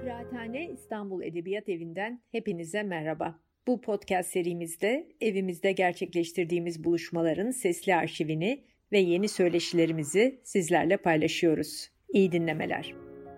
Kıraathane İstanbul Edebiyat Evi'nden hepinize merhaba. Bu podcast serimizde evimizde gerçekleştirdiğimiz buluşmaların sesli arşivini ve yeni söyleşilerimizi sizlerle paylaşıyoruz. İyi dinlemeler.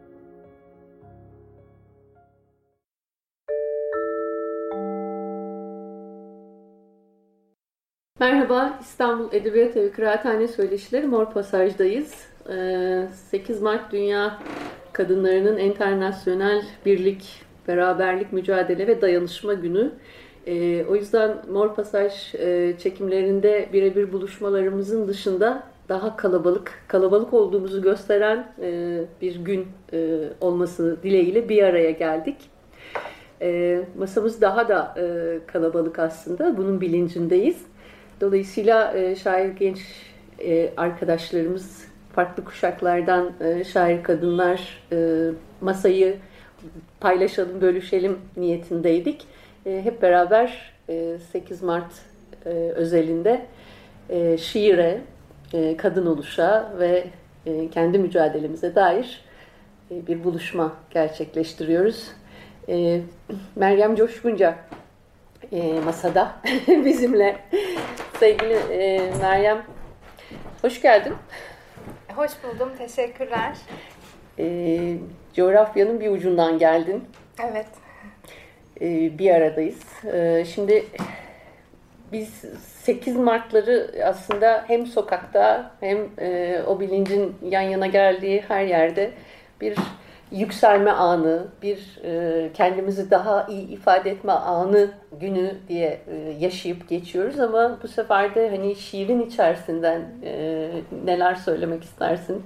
Merhaba, İstanbul Edebiyat Evi Kıraathane Söyleşileri Mor Pasaj'dayız. 8 Mart Dünya Kadınlarının Enternasyonel Birlik, Beraberlik, Mücadele ve Dayanışma Günü. O yüzden Mor Pasaj çekimlerinde birebir buluşmalarımızın dışında daha kalabalık olduğumuzu gösteren bir gün olması dileğiyle bir araya geldik. Masamız daha da kalabalık aslında, bunun bilincindeyiz. Dolayısıyla şair genç arkadaşlarımız, farklı kuşaklardan şair kadınlar masayı paylaşalım, bölüşelim niyetindeydik. Hep beraber 8 Mart özelinde şiire, kadın oluşa ve kendi mücadelemize dair bir buluşma gerçekleştiriyoruz. Meryem Coşkunca masada bizimle. Sevgili Meryem, hoş geldin. Hoş buldum, teşekkürler. Coğrafyanın bir ucundan geldin. Evet. Bir aradayız. Şimdi biz 8 Mart'ları aslında hem sokakta hem o bilincin yan yana geldiği her yerde bir yükselme anı, bir kendimizi daha iyi ifade etme anı, günü diye yaşayıp geçiyoruz. Ama bu sefer de hani şiirin içerisinden neler söylemek istersin?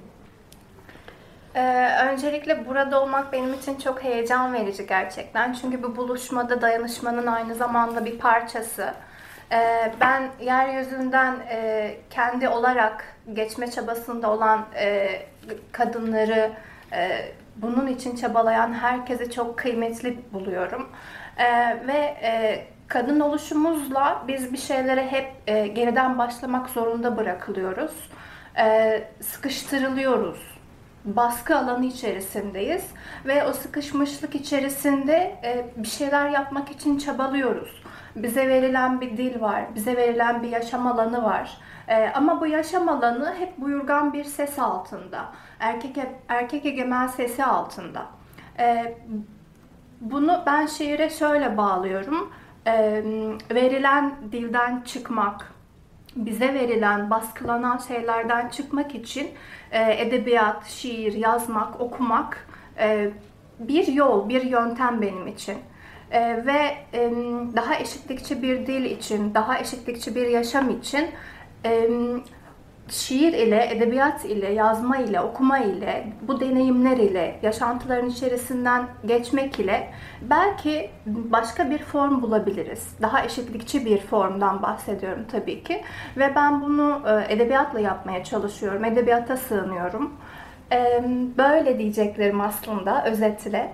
Öncelikle burada olmak benim için çok heyecan verici gerçekten. Çünkü bu buluşmada dayanışmanın aynı zamanda bir parçası. Ben yeryüzünden kendi olarak geçme çabasında olan kadınları, bunun için çabalayan herkese çok kıymetli buluyorum. Ve kadın oluşumuzla biz bir şeylere hep geriden başlamak zorunda bırakılıyoruz. Sıkıştırılıyoruz. Baskı alanı içerisindeyiz ve o sıkışmışlık içerisinde bir şeyler yapmak için çabalıyoruz. Bize verilen bir dil var, bize verilen bir yaşam alanı var. Ama bu yaşam alanı hep buyurgan bir ses altında, erkek egemen sesi altında. Bunu ben şiire şöyle bağlıyorum. Verilen dilden çıkmak, bize verilen, baskılanan şeylerden çıkmak için edebiyat, şiir, yazmak, okumak bir yol, bir yöntem benim için. Ve daha eşitlikçi bir dil için, daha eşitlikçi bir yaşam için şiir ile, edebiyat ile, yazma ile, okuma ile, bu deneyimler ile, yaşantıların içerisinden geçmek ile belki başka bir form bulabiliriz. Daha eşitlikçi bir formdan bahsediyorum tabii ki. Ve ben bunu edebiyatla yapmaya çalışıyorum, edebiyata sığınıyorum. Böyle diyeceklerim aslında özetle.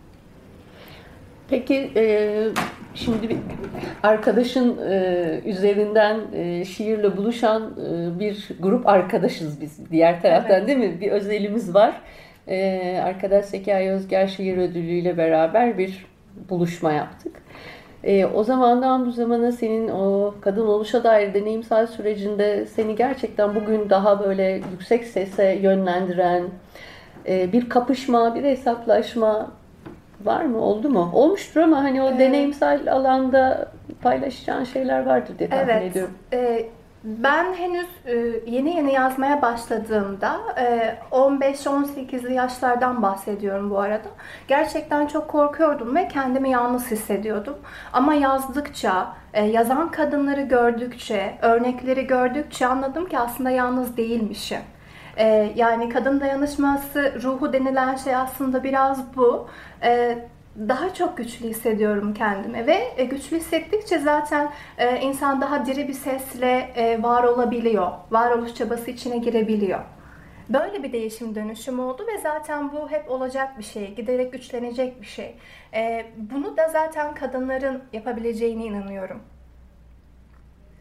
Peki şimdi bir arkadaşın üzerinden şiirle buluşan bir grup arkadaşız biz diğer taraftan, evet. Değil mi? Bir özelimiz var. Arkadaş Zekai Özger Şiir Ödülü ile beraber bir buluşma yaptık. O zamandan bu zamana senin o kadın oluşa dair deneyimsel sürecinde seni gerçekten bugün daha böyle yüksek sese yönlendiren bir kapışma, bir hesaplaşma var mı? Oldu mu? Olmuştur ama hani o deneyimsel alanda paylaşacağın şeyler vardır diye tahmin ediyorum. Ben henüz yeni yazmaya başladığımda 15-18'li yaşlardan bahsediyorum bu arada. Gerçekten çok korkuyordum ve kendimi yalnız hissediyordum. Ama yazdıkça, yazan kadınları gördükçe, örnekleri gördükçe anladım ki aslında yalnız değilmişim. Yani kadın dayanışması ruhu denilen şey aslında biraz bu. Daha çok güçlü hissediyorum kendimi ve güçlü hissettikçe zaten insan daha diri bir sesle var olabiliyor. Varoluş çabası içine girebiliyor. Böyle bir değişim dönüşüm oldu ve zaten bu hep olacak bir şey, giderek güçlenecek bir şey. Bunu da zaten kadınların yapabileceğine inanıyorum.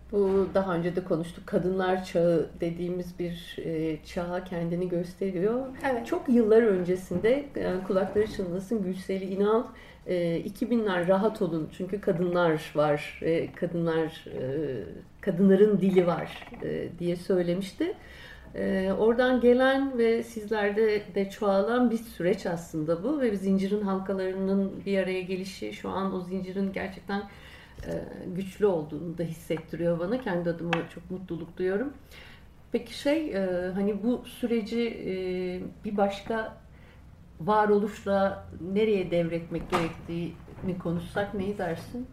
Bu daha önce de konuştuk. Kadınlar çağı dediğimiz bir çağa kendini gösteriyor. Evet. Çok yıllar öncesinde kulakları çınlasın Gülseli İnal 2000'ler rahat olun çünkü kadınlar var, kadınların dili var diye söylemişti. Oradan gelen ve sizlerde de çoğalan bir süreç aslında bu ve zincirin halkalarının bir araya gelişi şu an o zincirin gerçekten güçlü olduğunu da hissettiriyor bana. Kendi adıma çok mutluluk duyuyorum. Peki hani bu süreci bir başka varoluşla nereye devretmek gerektiğini konuşsak neyi dersin?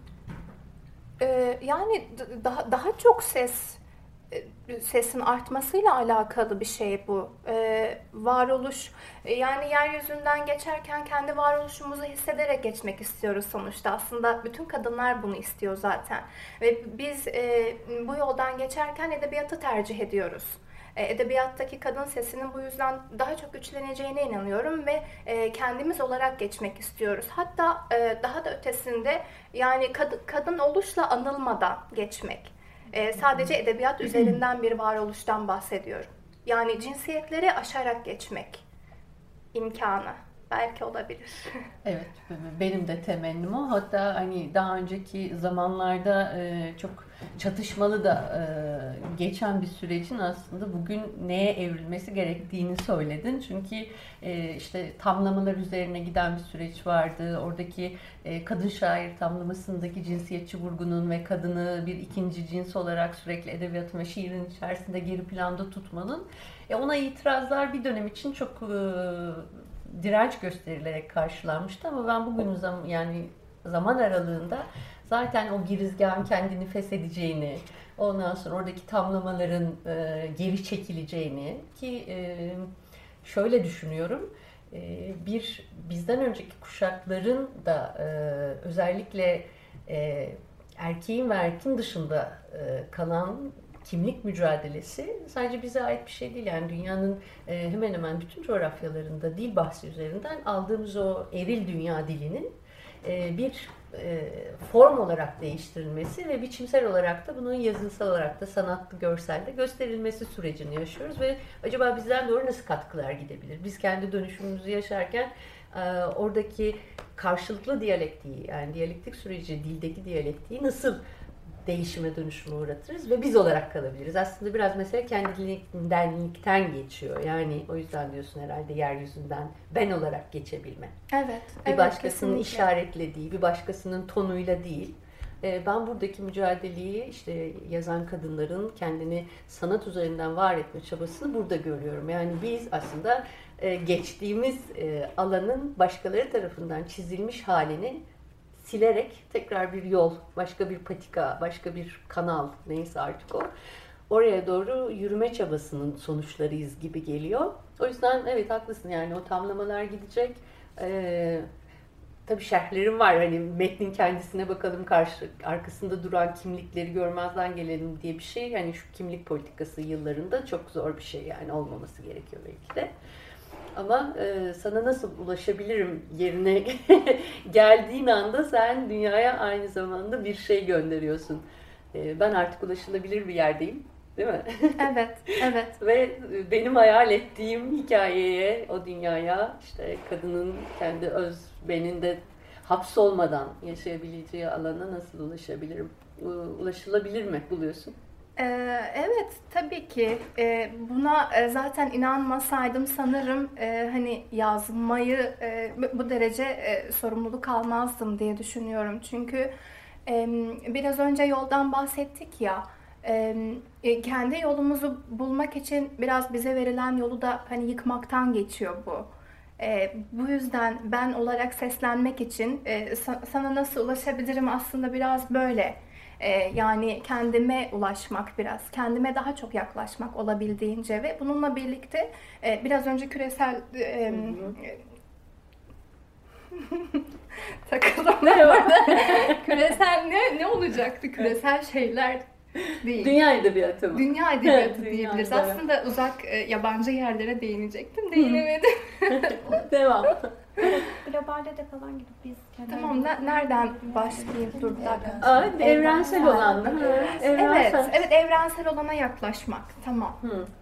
Yani daha çok sesin artmasıyla alakalı bir şey bu. Varoluş, yani yeryüzünden geçerken kendi varoluşumuzu hissederek geçmek istiyoruz sonuçta. Aslında bütün kadınlar bunu istiyor zaten. Ve biz bu yoldan geçerken edebiyatı tercih ediyoruz. Edebiyattaki kadın sesinin bu yüzden daha çok güçleneceğine inanıyorum ve kendimiz olarak geçmek istiyoruz. Hatta daha da ötesinde yani kadın oluşla anılmadan geçmek. Sadece edebiyat üzerinden bir varoluştan bahsediyorum. Yani cinsiyetleri aşarak geçmek imkanı belki olabilir. Evet, benim de temennim o. Hatta hani daha önceki zamanlarda çok çatışmalı da geçen bir sürecin aslında bugün neye evrilmesi gerektiğini söyledin. Çünkü işte tamlamalar üzerine giden bir süreç vardı. Oradaki kadın şair tamlamasındaki cinsiyetçi vurgunun ve kadını bir ikinci cins olarak sürekli edebiyatın ve şiirin içerisinde geri planda tutmanın ona itirazlar bir dönem için çok direnç gösterilerek karşılanmıştı ama ben bugün yani zaman aralığında zaten o girizgahın kendini feshedeceğini, ondan sonra oradaki tamlamaların geri çekileceğini ki şöyle düşünüyorum, bizden önceki kuşakların da özellikle erkeğin ve erkin dışında kalan kimlik mücadelesi sadece bize ait bir şey değil. Yani dünyanın hemen hemen bütün coğrafyalarında dil bahsi üzerinden aldığımız o eril dünya dilinin bir form olarak değiştirilmesi ve biçimsel olarak da bunun yazınsal olarak da sanatlı, görselde gösterilmesi sürecini yaşıyoruz ve acaba bizden doğru nasıl katkılar gidebilir? Biz kendi dönüşümümüzü yaşarken oradaki karşılıklı diyalektiği, yani diyalektik süreci, dildeki diyalektiği nasıl değişime, dönüşüme uğratırız ve biz olarak kalabiliriz. Aslında biraz mesela kendiliğinden geçiyor. Yani o yüzden diyorsun herhalde yeryüzünden ben olarak geçebilme. Evet. Bir başkasının işaretlediği, bir başkasının tonuyla değil. Ben buradaki mücadeleyi işte yazan kadınların kendini sanat üzerinden var etme çabasını burada görüyorum. Yani biz aslında geçtiğimiz alanın başkaları tarafından çizilmiş halini silerek tekrar bir yol, başka bir patika, başka bir kanal neyse artık oraya doğru yürüme çabasının sonuçlarıyız gibi geliyor. O yüzden evet haklısın yani o tamlamalar gidecek. Tabii şerhlerim var hani metnin kendisine bakalım arkasında duran kimlikleri görmezden gelelim diye bir şey. Hani şu kimlik politikası yıllarında çok zor bir şey yani olmaması gerekiyor belki de. Ama sana nasıl ulaşabilirim yerine geldiğin anda sen dünyaya aynı zamanda bir şey gönderiyorsun. Ben artık ulaşılabilir bir yerdeyim, değil mi? Evet, evet. Ve benim hayal ettiğim hikayeye, o dünyaya, işte kadının kendi öz beninde hapsolmadan yaşayabileceği alana nasıl ulaşabilirim? Ulaşılabilir mi buluyorsun? Evet, tabii ki. Buna zaten inanmasaydım sanırım hani yazmayı bu derece sorumluluk almazdım diye düşünüyorum. Çünkü biraz önce yoldan bahsettik ya. Kendi yolumuzu bulmak için biraz bize verilen yolu da hani yıkmaktan geçiyor bu. Bu yüzden ben olarak seslenmek için sana nasıl ulaşabilirim aslında biraz böyle. Yani kendime ulaşmak biraz, kendime daha çok yaklaşmak olabildiğince ve bununla birlikte biraz önce küresel takıldım orada. Küresel ne olacaktı? Küresel şeyler değil. Dünya edebiyatı mı? Dünya edebiyatı diyebiliriz. Aslında uzak yabancı yerlere değinecektim, değinemedim. Devam. globalde de falan gidip biz kendi Tamam, nereden başlayayım? Dur bir dakika. Evrensel olan mı? Evet, evrensel olana yaklaşmak. Tamam.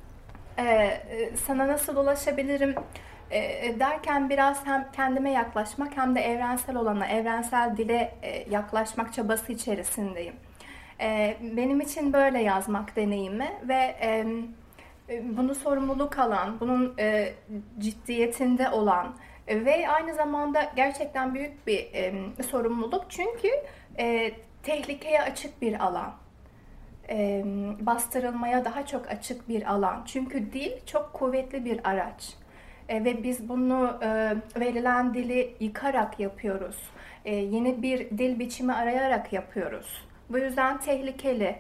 Sana nasıl ulaşabilirim derken biraz hem kendime yaklaşmak hem de evrensel olana, evrensel dile yaklaşmak çabası içerisindeyim. Benim için böyle yazmak deneyimi ve bunu sorumluluk alan, bunun ciddiyetinde olan ve aynı zamanda gerçekten büyük bir sorumluluk, çünkü tehlikeye açık bir alan. Bastırılmaya daha çok açık bir alan. Çünkü dil çok kuvvetli bir araç. Ve biz bunu verilen dili yıkarak yapıyoruz. Yeni bir dil biçimi arayarak yapıyoruz. Bu yüzden tehlikeli.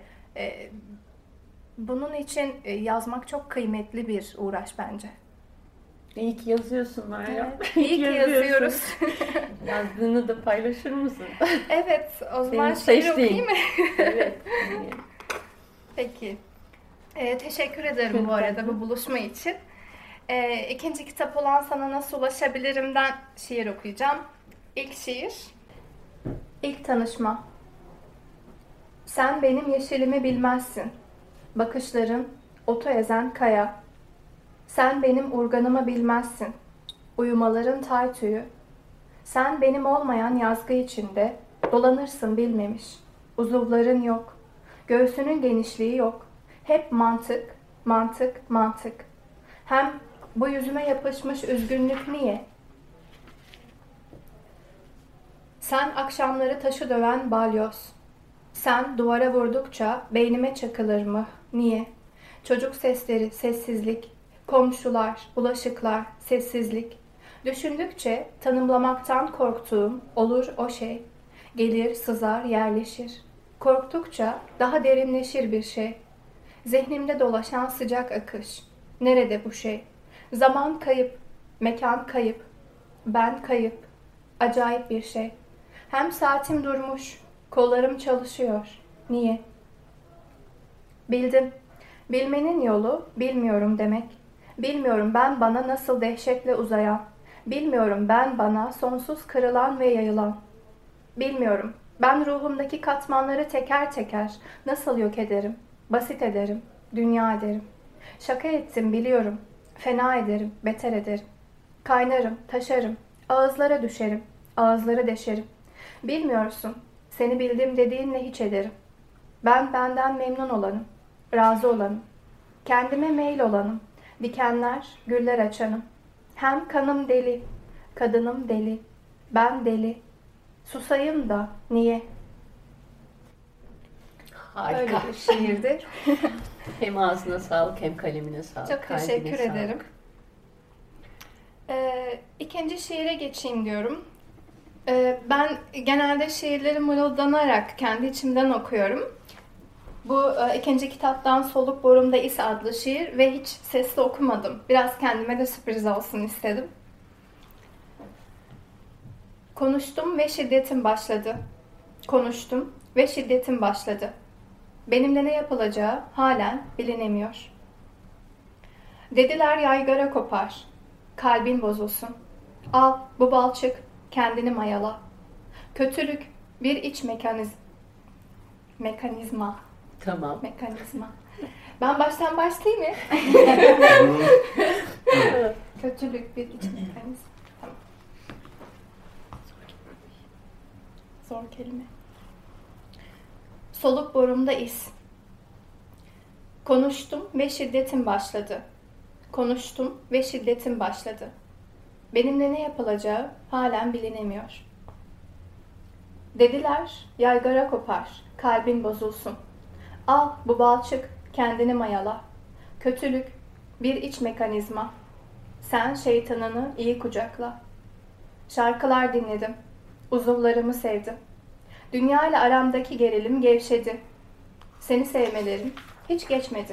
Bunun için yazmak çok kıymetli bir uğraş bence. İyi ki yazıyorsun Meryem. Evet, iyi ki yazıyoruz. Yazdığını da paylaşır mısın? Evet, o zaman Senin şiir okuyayım mı? Evet. Peki. Teşekkür ederim bu arada bu buluşma için. İkinci kitap olan Sana Nasıl Ulaşabilirim'den şiir okuyacağım. İlk şiir. İlk tanışma. Sen benim yeşilimi bilmezsin. Bakışların otu ezen kaya. Sen benim urganımı bilmezsin. Uyumaların tay tüyü. Sen benim olmayan yazgı içinde dolanırsın bilmemiş. Uzuvların yok. Göğsünün genişliği yok. Hep mantık, mantık, mantık. Hem bu yüzüme yapışmış üzgünlük niye? Sen akşamları taşı döven balyoz. Sen duvara vurdukça beynime çakılır mı? Niye? Çocuk sesleri, sessizlik. Komşular, bulaşıklar, sessizlik. Düşündükçe tanımlamaktan korktuğum olur o şey. Gelir, sızar, yerleşir. Korktukça daha derinleşir bir şey. Zihnimde dolaşan sıcak akış. Nerede bu şey? Zaman kayıp, mekan kayıp, ben kayıp. Acayip bir şey. Hem saatim durmuş, kollarım çalışıyor. Niye? Bildim. Bilmenin yolu bilmiyorum demek. Bilmiyorum ben bana nasıl dehşetle uzayan. Bilmiyorum ben bana sonsuz kırılan ve yayılan. Bilmiyorum. Ben ruhumdaki katmanları teker teker nasıl yok ederim? Basit ederim, dünya ederim. Şaka ettim biliyorum. Fena ederim, beter ederim. Kaynarım, taşarım, ağızlara düşerim, ağızları deşerim. Bilmiyorsun, seni bildim dediğinle hiç ederim. Ben benden memnun olanım, razı olanım. Kendime meyil olanım, dikenler, güller açanım. Hem kanım deli, kadınım deli, ben deli. Susayım da niye? Harika. Öyle bir şiirdir. Hem ağzına sağlık hem kalemine sağlık. Çok teşekkür ederim. İkinci şiire geçeyim diyorum. Ben genelde şiirleri mırıldanarak kendi içimden okuyorum. Bu ikinci kitaptan Soluk Borumda İs adlı şiir ve hiç sesli okumadım. Biraz kendime de sürpriz olsun istedim. Konuştum ve şiddetim başladı. Konuştum ve şiddetim başladı. Benimle ne yapılacağı halen bilinemiyor. Dediler yaygara kopar, kalbin bozulsun. Al bu balçık, kendini mayala. Kötülük bir iç mekanizma. Tamam. Mekanizma. Ben baştan başlayayım mı? Kötülük bir iç mekanizma. Tamam. Zor kelime. Soluk borumda iz. Konuştum ve şiddetim başladı. Konuştum ve şiddetim başladı. Benimle ne yapılacağı halen bilinemiyor. Dediler, yaygara kopar, kalbin bozulsun. Al bu balçık, kendini mayala. Kötülük bir iç mekanizma. Sen şeytanını iyi kucakla. Şarkılar dinledim. Uzuvlarımı sevdim. Dünya ile aramdaki gerilim gevşedi. Seni sevmelerim hiç geçmedi.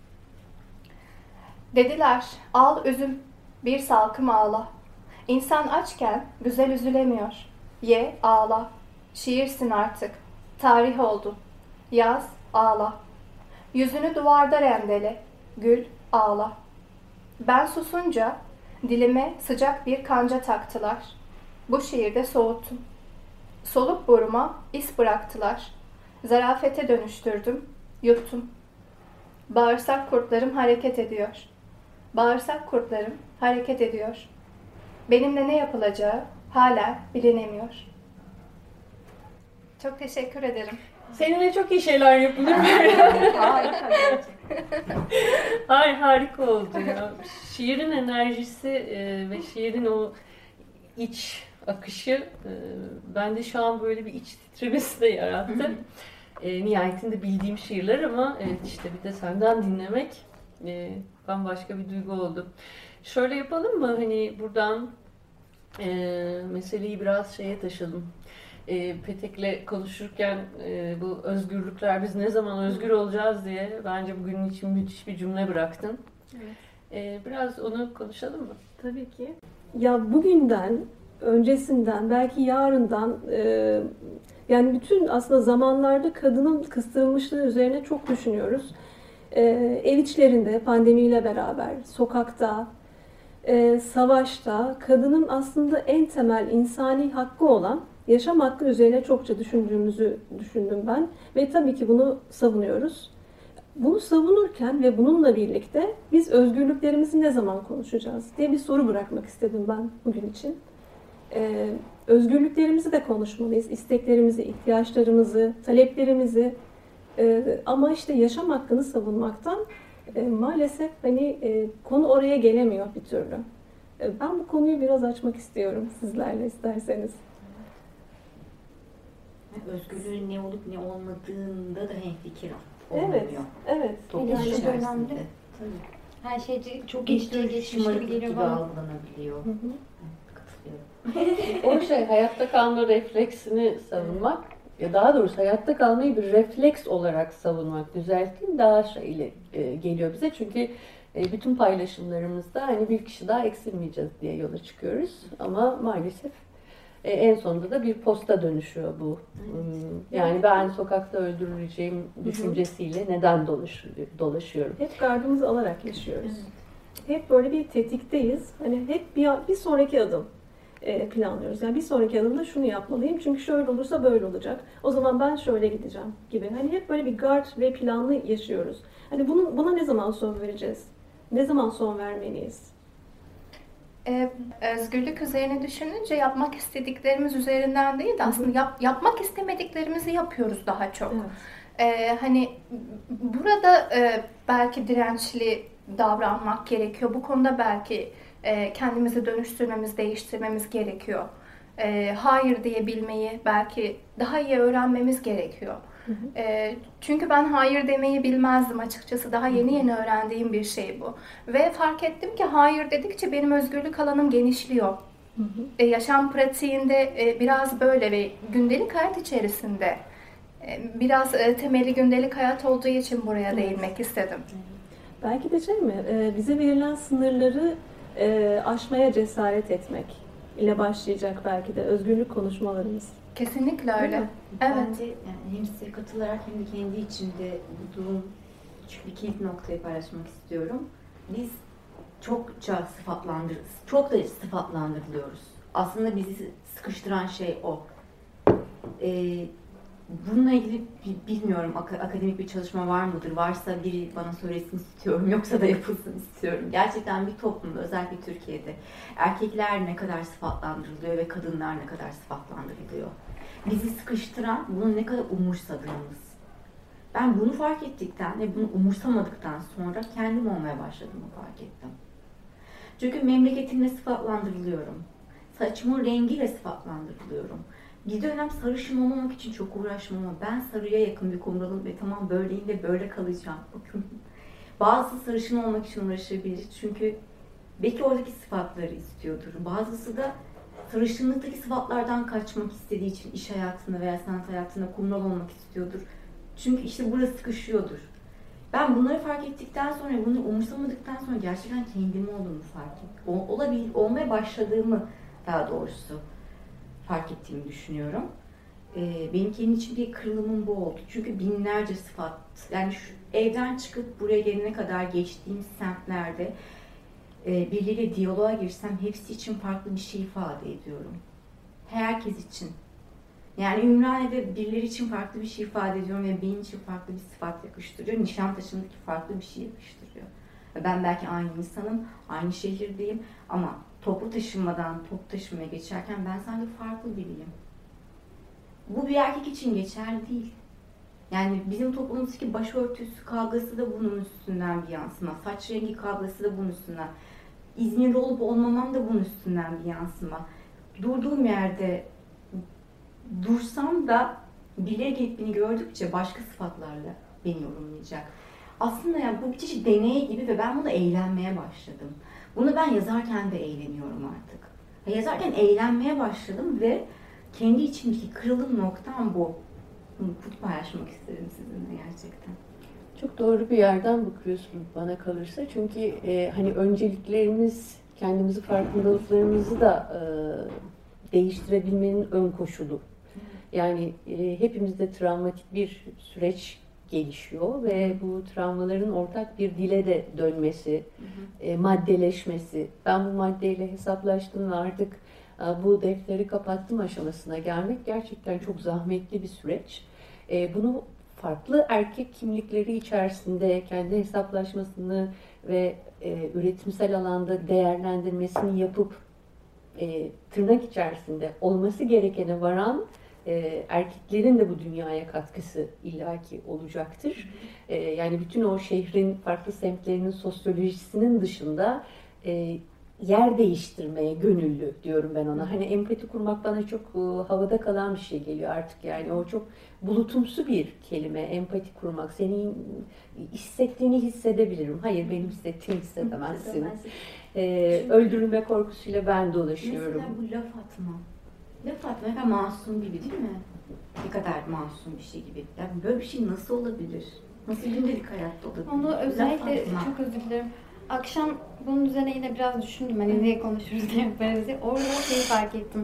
Dediler, al üzüm, bir salkım ağla. İnsan açken güzel üzülemiyor. Ye, ağla. Şiirsin artık. Tarih oldun. Yaz, ağla. Yüzünü duvarda rendele. Gül, ağla. Ben susunca dilime sıcak bir kanca taktılar. Bu şiirde soğuttum. Soluk boruma is bıraktılar. Zarafete dönüştürdüm, yuttum. Bağırsak kurtlarım hareket ediyor. Bağırsak kurtlarım hareket ediyor. Benimle ne yapılacağı hala bilinemiyor. Çok teşekkür ederim. Seninle çok iyi şeyler yapılır. Harika gerçekten. Ay harika oldu ya. Şiirin enerjisi ve şiirin o iç akışı bende şu an böyle bir iç titremesi de yarattı. Nihayetinde bildiğim şiirler ama evet işte bir de senden dinlemek bambaşka bir duygu oldu. Şöyle yapalım mı? Hani buradan meseleyi biraz şeye taşıdım. Petek'le konuşurken bu özgürlükler, biz ne zaman özgür olacağız diye bence bugünün için müthiş bir cümle bıraktın. Evet. Biraz onu konuşalım mı? Tabii ki. Ya bugünden, öncesinden, belki yarından yani bütün aslında zamanlarda kadının kıstırılmışlığı üzerine çok düşünüyoruz. Ev içlerinde pandemiyle beraber, sokakta, savaşta kadının aslında en temel insani hakkı olan yaşam hakkı üzerine çokça düşündüğümüzü düşündüm ben. Ve tabii ki bunu savunuyoruz. Bunu savunurken ve bununla birlikte biz özgürlüklerimizi ne zaman konuşacağız diye bir soru bırakmak istedim ben bugün için. Özgürlüklerimizi de konuşmalıyız. İsteklerimizi, ihtiyaçlarımızı, taleplerimizi. Ama işte yaşam hakkını savunmaktan maalesef hani konu oraya gelemiyor bir türlü. Ben bu konuyu biraz açmak istiyorum sizlerle isterseniz. Özgürlüğün ne olup ne olmadığında da hemfikir Evet, olmuyor. evet. Toplum Yani içerisinde. önemli. Tabii. Her şey çok Geçtiği geçmiş gibi şımarıklık geliyor gibi bana. algılanabiliyor. Hı hı. Katılıyorum. O hayatta kalma refleksini savunmak, ya daha doğrusu hayatta kalmayı bir refleks olarak savunmak, düzelteyim, daha şeyle geliyor bize. Çünkü bütün paylaşımlarımızda hani bir kişi daha eksilmeyeceğiz diye yola çıkıyoruz. Ama maalesef en sonunda da bir posta dönüşüyor bu. Yani ben sokakta öldürüleceğim düşüncesiyle neden dolaşıyorum? Hep gardımızı alarak yaşıyoruz. Hep böyle bir tetikteyiz. Hani hep bir sonraki adım planlıyoruz. Yani bir sonraki adımda şunu yapmalıyım çünkü şöyle olursa böyle olacak. O zaman ben şöyle gideceğim gibi. Hani hep böyle bir gard ve planlı yaşıyoruz. Hani buna ne zaman son vereceğiz? Ne zaman son vermeliyiz? Özgürlük üzerine düşününce yapmak istediklerimiz üzerinden değil de aslında yapmak istemediklerimizi yapıyoruz daha çok. Evet. Hani burada belki dirençli davranmak gerekiyor. Bu konuda belki kendimizi dönüştürmemiz, değiştirmemiz gerekiyor. Hayır diyebilmeyi belki daha iyi öğrenmemiz gerekiyor. Çünkü ben hayır demeyi bilmezdim açıkçası. Daha yeni öğrendiğim bir şey bu. Ve fark ettim ki hayır dedikçe benim özgürlük alanım genişliyor. Yaşam pratiğinde biraz böyle ve gündelik hayat içerisinde biraz temeli gündelik hayat olduğu için buraya değinmek istedim. Belki de bize verilen sınırları aşmaya cesaret etmek ile başlayacak belki de özgürlük konuşmalarımız. Kesinlikle öyle. Ben Evet. de yani hem size katılarak hem de kendi içimde bulduğum küçük bir kilit noktayı paylaşmak istiyorum. Biz çokça çok da sıfatlandırılıyoruz. Aslında bizi sıkıştıran şey o. Bununla ilgili bilmiyorum, akademik bir çalışma var mıdır? Varsa biri bana söylesin istiyorum, yoksa da yapılsın istiyorum. Gerçekten bir toplumda, özellikle Türkiye'de erkekler ne kadar sıfatlandırılıyor ve kadınlar ne kadar sıfatlandırılıyor. Bizi sıkıştıran bunun ne kadar umursadığımız. Ben bunu fark ettikten ve bunu umursamadıktan sonra kendim olmaya başladığımı fark ettim. Çünkü memleketimle sıfatlandırılıyorum. Saçımın rengiyle sıfatlandırılıyorum. Bir dönem sarışın olmamak için çok uğraştım ama ben sarıya yakın bir kumralım ve tamam böyleyim ve böyle kalacağım. Bakın, bazısı sarışın olmak için uğraşabilir çünkü belki oradaki sıfatları istiyordur. Bazısı da sarışınlıktaki sıfatlardan kaçmak istediği için iş hayatında veya sanat hayatında kumral olmak istiyordur. Çünkü işte burası sıkışıyordur. Ben bunları fark ettikten sonra, bunu umursamadıktan sonra gerçekten kendim olduğumu fark ettim. Olmaya başladığımı daha doğrusu fark ettiğimi düşünüyorum. Benim kendi içimde kırılımım bu oldu. Çünkü binlerce sıfat, yani şu evden çıkıp buraya gelene kadar geçtiğim semtlerde birileriyle diyaloğa girsem hepsi için farklı bir şey ifade ediyorum. Herkes için. Yani Ümraniye'de birileri için farklı bir şey ifade ediyorum ve benim için farklı bir sıfat yakıştırıyor. Nişantaşı'ndaki farklı bir şey yakıştırıyor. Ben belki aynı insanım, aynı şehirdeyim ama toplu taşınmadan toplu taşımaya geçerken ben sanki farklı biriyim. Bu bir erkek için geçerli değil. Yani bizim toplumumuzdaki başörtüsü kavgası da bunun üstünden bir yansıma. Saç rengi kavgası da bunun üstünden. İzmirli olup olmamam da bunun üstünden bir yansıma. Durduğum yerde dursam da birileri gelip beni gördükçe başka sıfatlarla beni yorumlayacak. Aslında yani bu bir çeşit deney gibi ve ben buna eğlenmeye başladım. Bunu ben yazarken de eğleniyorum artık. Yazarken eğlenmeye başladım ve kendi içimdeki kırılım noktam bu. Bunu paylaşmak isterim sizinle gerçekten. Çok doğru bir yerden bakıyorsun bana kalırsa. Çünkü hani önceliklerimiz, kendimizi, farkındalıklarımızı da değiştirebilmenin ön koşulu. Yani hepimizde travmatik bir süreç gelişiyor ve bu travmaların ortak bir dile de dönmesi, maddeleşmesi. Ben bu maddeyle hesaplaştım ve artık bu defteri kapattım aşamasına gelmek gerçekten çok zahmetli bir süreç. Bunu farklı erkek kimlikleri içerisinde kendi hesaplaşmasını ve üretimsel alanda değerlendirmesini yapıp tırnak içerisinde olması gerekene varan erkeklerin de bu dünyaya katkısı illaki olacaktır. Yani bütün o şehrin farklı semtlerinin sosyolojisinin dışında yer değiştirmeye gönüllü diyorum ben ona. Hani empati kurmak bana çok havada kalan bir şey geliyor artık yani. O çok bulutumsu bir kelime, empati kurmak. Senin hissettiğini hissedebilirim. Hayır, benim hissettiğimi hissedemezsin. Öldürülme korkusuyla ben dolaşıyorum. Mesela bu laf atma. Laf atma ne kadar masum gibi değil mi? Ne kadar masum bir şey gibi. Yani böyle bir şey nasıl olabilir? Nasıl gündelik hayatta olabilir? Onu özellikle çok özür dilerim. Akşam bunun üzerine yine biraz düşündüm. Hani ne konuşuruz diye yaparız diye. Orada şeyi fark ettim.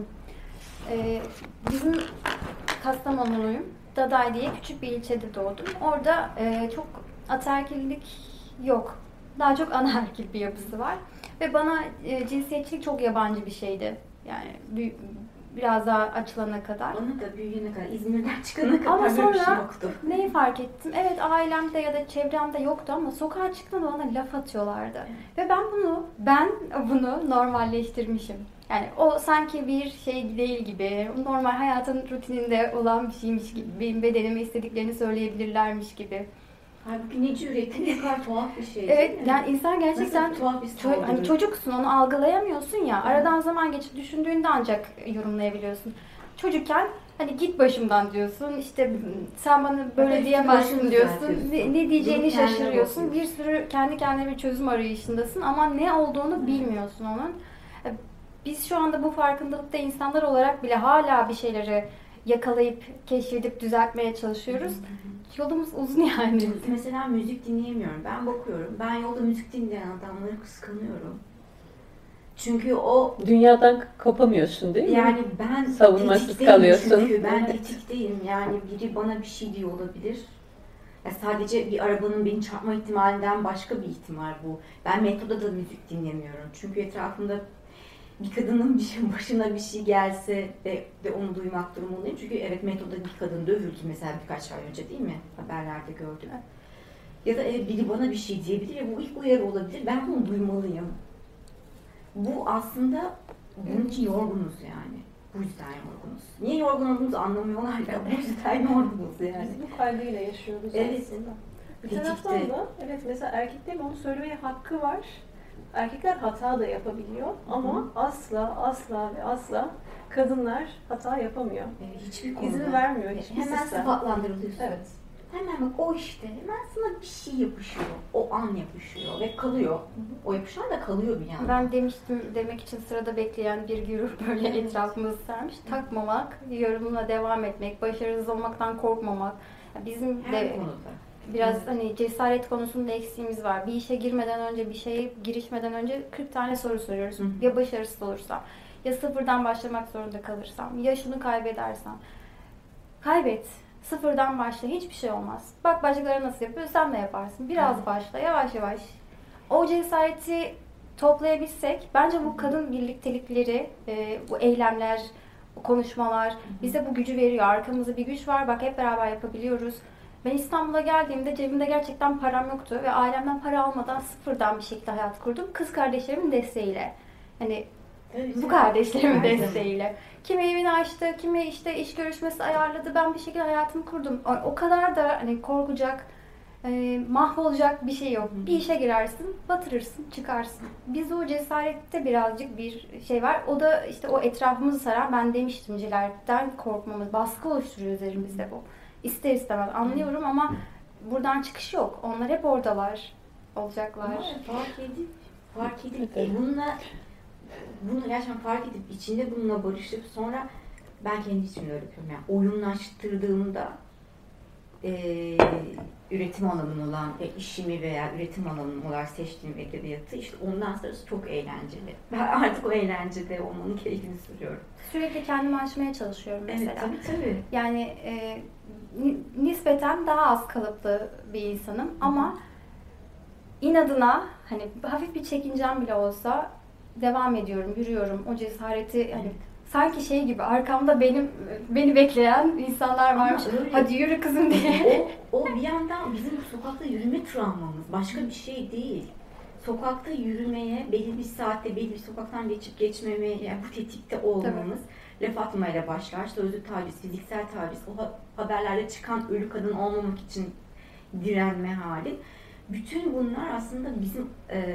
Bizim Kastamonuluyum. Daday diye küçük bir ilçede doğdum. Orada çok ataerkillik yok. Daha çok anaerkil bir yapısı var. Ve bana cinsiyetçilik çok yabancı bir şeydi. Yani biraz daha açılana kadar. Bana da büyüyene kadar, İzmir'den çıkana kadar ama sonra bir şey yoktu. Neyi fark ettim? Evet, ailemde ya da çevremde yoktu ama sokağa çıktığımda bana laf atıyorlardı. Ve ben bunu normalleştirmişim. Yani o sanki bir şey değil gibi, normal hayatın rutininde olan bir şeymiş gibi, benim bedenime istediklerini söyleyebilirlermiş gibi. Halbuki ne cüretin, ne kadar tuhaf bir şey. Evet, yani insan gerçekten hani çocuksun, onu algılayamıyorsun ya. Aradan zaman geçip düşündüğünde ancak yorumlayabiliyorsun. Çocukken hani git başımdan diyorsun, işte sen bana böyle diyemezsin diyorsun, ne diyeceğini şaşırıyorsun. Bir sürü kendi kendine bir çözüm arayışındasın ama ne olduğunu bilmiyorsun onun. Biz şu anda bu farkındalıkta insanlar olarak bile hala bir şeyleri yakalayıp, keşfedip, düzeltmeye çalışıyoruz. Yolumuz uzun yani. Mesela müzik dinleyemiyorum. Ben bakıyorum. Ben yolda müzik dinleyen adamları kıskanıyorum. Çünkü o dünyadan kopamıyorsun değil mi? Yani ben savunmasız kalıyorsun. Çünkü ben tetikteyim. Yani biri bana bir şey diyor olabilir. Ya sadece bir arabanın beni çarpma ihtimalinden başka bir ihtimal bu. Ben metroda da müzik dinlemiyorum. Çünkü etrafımda bir kadının başına bir şey gelse de onu duymak durumundayım. Çünkü evet, metroda bir kadın dövüldü mesela birkaç ay önce değil mi? Haberlerde gördüm. Ya da biri bana bir şey diyebilir ve bu ilk uyarı olabilir. Ben bunu duymalıyım. Bu aslında bunun için yorgunuz yani. Bu yüzden yorgunuz. Niye yorgun olduğumuzu anlamıyorlar ya. Bu yüzden yorgunuz yani. Biz bu kaygıyla yaşıyoruz aslında. Bir taraftan da evet, mesela erkeklerin onu söylemeye hakkı var. Erkekler hata da yapabiliyor ama asla ve asla kadınlar hata yapamıyor. Hiçbir konuda. İzin vermiyor hiçbir hemen sistem. sıfatlandırılıyorsun. Evet. Hemen bak o işte, hemen sana bir şey yapışıyor. O an yapışıyor ve kalıyor. O yapışan da kalıyor bir yandan. Ben demiştim, demek için sırada bekleyen bir grup böyle etrafımızı sarmış. Takmamak, yorumuna devam etmek, başarısız olmaktan korkmamak. Bizim Her de konuda. biraz hani cesaret konusunda eksiğimiz var. Bir işe girmeden önce, bir şeye girişmeden önce 40 tane soru soruyoruz. Ya başarısız olursam, ya sıfırdan başlamak zorunda kalırsam, ya şunu kaybedersem. Kaybet. Sıfırdan başla. Hiçbir şey olmaz. Bak başkaları nasıl yapıyor, sen de yaparsın. Biraz başla, yavaş yavaş. O cesareti toplayabilsek, bence bu kadın birliktelikleri, bu eylemler, konuşmalar bize bu gücü veriyor. Arkamızda bir güç var. Bak hep beraber yapabiliyoruz. Ben İstanbul'a geldiğimde cebimde gerçekten param yoktu ve ailemden para almadan sıfırdan bir şekilde hayat kurdum. Kız kardeşlerimin desteğiyle. Hani bu kardeşlerimin desteğiyle. Kimi evini açtı, kimi işte iş görüşmesi ayarladı. Ben bir şekilde hayatımı kurdum. O kadar da hani korkacak, mahvolacak bir şey yok. Bir işe girersin, batırırsın, çıkarsın. Bizde o cesarette birazcık bir şey var. O da işte o etrafımızı saran, ben demiştim celalden korkmamız, baskı oluşturuyor üzerimizde bu. İster istemez anlıyorum ama buradan çıkış yok. Onlar hep oradalar, olacaklar. Ama fark edip bunu gerçekten fark edip içinde bununla barışıp sonra ben kendi içimde öyle yapıyorum. Yani oyunlaştırdığımda üretim alanım olan işimi veya üretim alanım olarak seçtiğim edebiyatı işte ondan sonrası çok eğlenceli. Ben artık o eğlencede olmanın keyfini sürüyorum. Sürekli kendimi aşmaya çalışıyorum mesela. Evet, tabii. Yani nispeten daha az kalıplı bir insanım ama inadına hani hafif bir çekincem bile olsa devam ediyorum, yürüyorum. O cesareti hani sanki şey gibi arkamda beni bekleyen insanlar varmış. Hadi yürü kızım diye. O bir yandan bizim sokakta yürüme travmamız. Başka bir şey değil. Sokakta yürümeye, belli bir saatte belli bir sokaktan geçip geçmemeye, yani bu tetikte olmamız laf atmayla başlar. İşte özür taciz, fiziksel taciz, o haberlerde çıkan ölü kadın olmamak için direnme hali. Bütün bunlar aslında bizim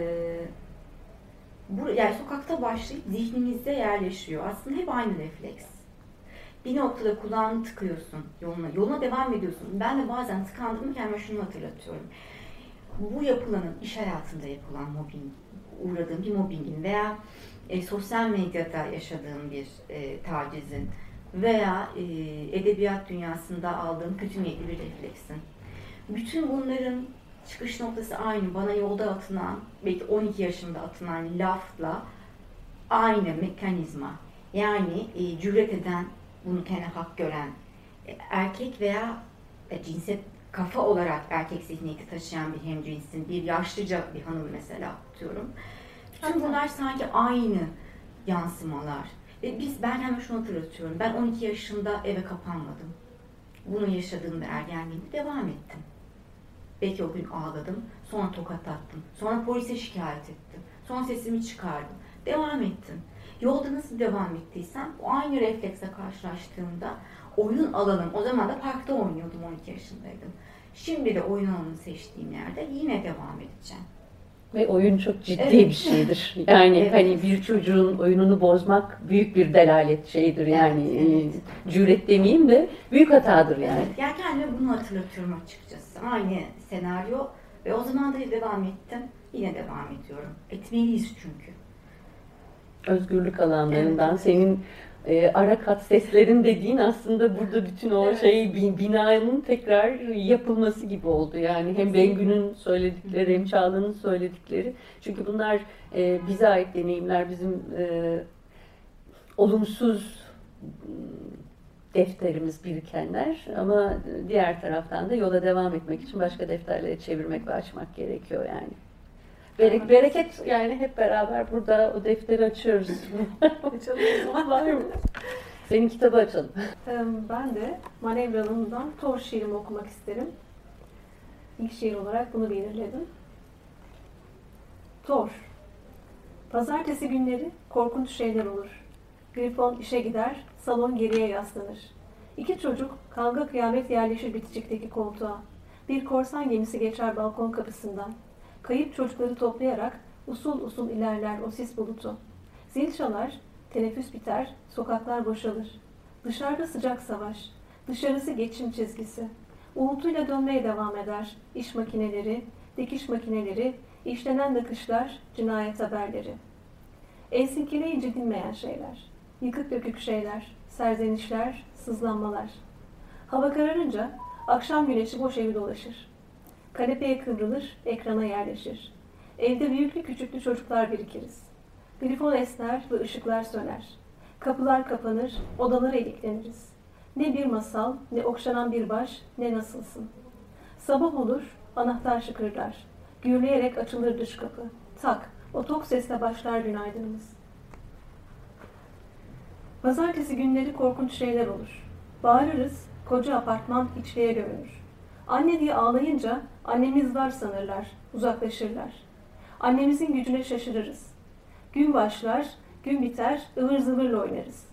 yani sokakta başlayıp zihnimizde yerleşiyor. Aslında hep aynı refleks. Bir noktada kulağını tıkıyorsun yoluna devam ediyorsun. Ben de bazen tıkandığımı kendime şunu hatırlatıyorum. Bu yapılanın, iş hayatında yapılan mobbing, uğradığım bir mobbingin veya sosyal medyada yaşadığım bir tacizin veya edebiyat dünyasında aldığım kötü niyetli bir refleksin. Bütün bunların çıkış noktası aynı. Bana yolda atılan, belki 12 yaşında atılan lafla aynı mekanizma. Yani cüret eden, bunu kendine hak gören erkek veya cinsiyet kafa olarak erkek zihniyeti taşıyan bir hemcinsin, bir yaşlıca bir hanım mesela diyorum. Bütün bunlar sanki aynı yansımalar. Ve ben hemen şunu hatırlatıyorum. Ben 12 yaşında eve kapanmadım. Bunu yaşadığımda ergenliğimde devam ettim. Belki o gün ağladım, sonra tokat attım, sonra polise şikayet ettim, sonra sesimi çıkardım, devam ettim. Yolda nasıl devam ettiysem, o aynı refleksle karşılaştığımda oyun alanım, o zaman da parkta oynuyordum, 12 yaşındaydım. Şimdi de oyun alanını seçtiğim yerde yine devam edeceğim. Ve oyun çok ciddi bir şeydir. Yani hani bir çocuğun oyununu bozmak büyük bir delalet şeyidir. Yani cüret demeyeyim de büyük hatadır yani. Yani kendime bunu hatırlatıyorum açıkçası. Aynı senaryo ve o zaman da devam ettim. Yine devam ediyorum. Etmeliyiz çünkü. Özgürlük alanlarından senin arakat seslerin dediğin aslında burada bütün o binanın tekrar yapılması gibi oldu. Yani hem Bengü'nün söyledikleri hem Çağla'nın söyledikleri. Çünkü bunlar bize ait deneyimler, bizim olumsuz defterimiz birikenler ama diğer taraftan da yola devam etmek için başka defterleri çevirmek ve açmak gerekiyor yani. Bereket yani hep beraber burada o defteri açıyoruz. Var mı? Senin kitabı açalım. Ben de Manevralı'ndan Tor şiirimi okumak isterim. İlk şiir olarak bunu belirledim. Tor. Pazartesi günleri korkunç şeyler olur. Grifon işe gider, salon geriye yaslanır. İki çocuk kavga kıyamet yerleşir bitişikteki koltuğa. Bir korsan gemisi geçer balkon kapısından. Kayıp çocukları toplayarak usul usul ilerler o sis bulutu. Zil çalar, teneffüs biter, sokaklar boşalır. Dışarıda sıcak savaş, dışarısı geçim çizgisi. Uğultuyla dönmeye devam eder. İş makineleri, dikiş makineleri, işlenen nakışlar, cinayet haberleri. El silkeleyince dinmeyen şeyler. Yıkık dökük şeyler, serzenişler, sızlanmalar. Hava kararınca akşam güneşi boş evi dolaşır. Kanepeye kıvrılır, ekrana yerleşir. Evde büyüklü küçüklü çocuklar birikiriz. Grifon esner ve ışıklar söner. Kapılar kapanır, odalara ilikleniriz. Ne bir masal, ne okşanan bir baş, ne nasılsın. Sabah olur, anahtar şıkırlar. Gürleyerek açılır dış kapı. Tak, o tok sesle başlar günaydınımız. Pazartesi günleri korkunç şeyler olur. Bağırırız, koca apartman içliğe gömülür. Anne diye ağlayınca annemiz var sanırlar, uzaklaşırlar. Annemizin gücüne şaşırırız. Gün başlar, gün biter, ıvır zıvırla oynarız.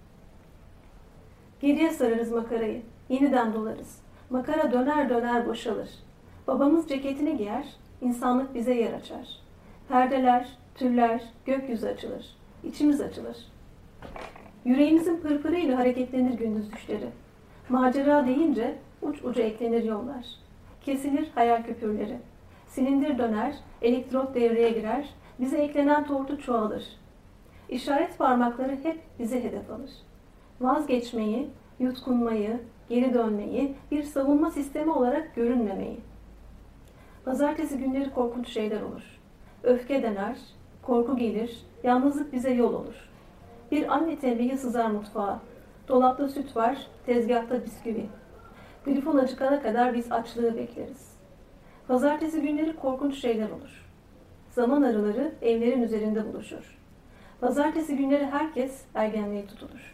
Geriye sararız makarayı, yeniden dolarız. Makara döner döner boşalır. Babamız ceketini giyer, insanlık bize yer açar. Perdeler, tüller, gökyüzü açılır. İçimiz açılır. Yüreğimizin pırpırıyla hareketlenir gündüz düşleri. Macera deyince uç uca eklenir yollar. Kesilir hayal köpürleri. Silindir döner, elektrot devreye girer, bize eklenen tortu çoğalır. İşaret parmakları hep bize hedef alır. Vazgeçmeyi, yutkunmayı, geri dönmeyi, bir savunma sistemi olarak görünmemeyi. Pazartesi günleri korkunç şeyler olur. Öfke dener, korku gelir, yalnızlık bize yol olur. Bir anne tembihi sızar mutfağa. Dolapta süt var, tezgahta bisküvi. Grifon acıkana kadar biz açlığı bekleriz. Pazartesi günleri korkunç şeyler olur. Zaman arıları evlerin üzerinde buluşur. Pazartesi günleri herkes ergenliğe tutulur.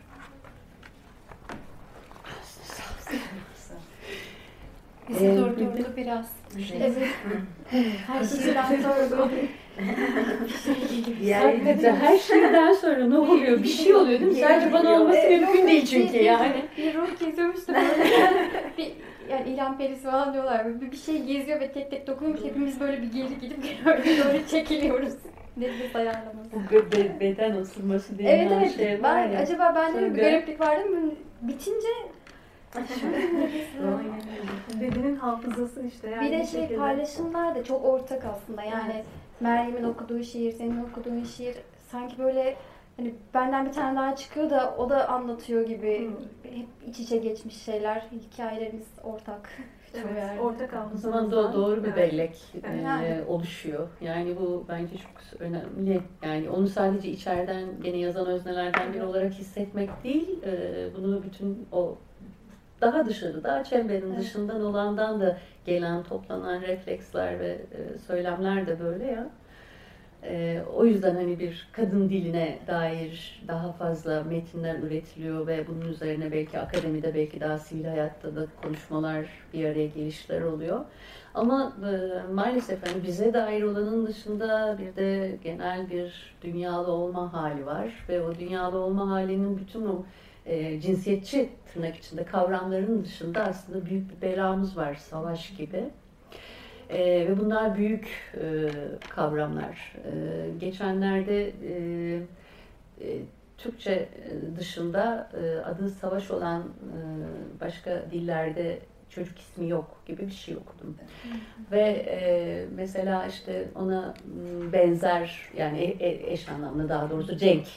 Bizi durdurdu biraz. Evet. Her şeyden sonra böyle. Hakikaten her şeyden sonra ne oluyor? Bir şey oluyor değil mi? Sadece bana olması mümkün değil çünkü yani. Bir ruh geziyormuş da böyle yani İlhan perisi falan diyorlar. Bir şey geziyor ve tek tek dokunuyormuş. Hepimiz böyle bir geri gidip böyle çekiliyoruz. Nefes ayarlaması. Bu beden ısırması denilen Evet. şey var ya. Acaba bende mi bir Tabii. gariplik vardı mı? Bitince Bedenin hafızası işte. Yani bir de şekilde. paylaşımlar da çok ortak aslında. Yani Meryem'in okuduğu şiir, senin okuduğun şiir sanki böyle hani benden bir tane daha çıkıyor da o da anlatıyor gibi. Hep iç içe geçmiş şeyler, hikayelerimiz ortak. Evet, ortak O hafızamız zaman var. doğru bir Evet. bellek Yani. oluşuyor. Yani bu bence çok önemli. Yani onu sadece içeriden gene yazan öznelerden biri olarak hissetmek değil, bunu bütün o daha dışarıda, çemberin dışından olandan da gelen, toplanan refleksler ve söylemler de böyle ya. O yüzden hani bir kadın diline dair daha fazla metinler üretiliyor ve bunun üzerine belki akademide, belki daha sivil hayatta da konuşmalar, bir araya gelişler oluyor. Ama maalesef hani bize dair olanın dışında bir de genel bir dünyalı olma hali var ve o dünyalı olma halinin bütün o cinsiyetçi tırnak içinde kavramların dışında aslında büyük bir belamız var, savaş gibi. Ve bunlar büyük kavramlar. Geçenlerde Türkçe dışında adı savaş olan başka dillerde çocuk ismi yok gibi bir şey okudum. Ve mesela işte ona benzer yani eş anlamlı daha doğrusu Cenk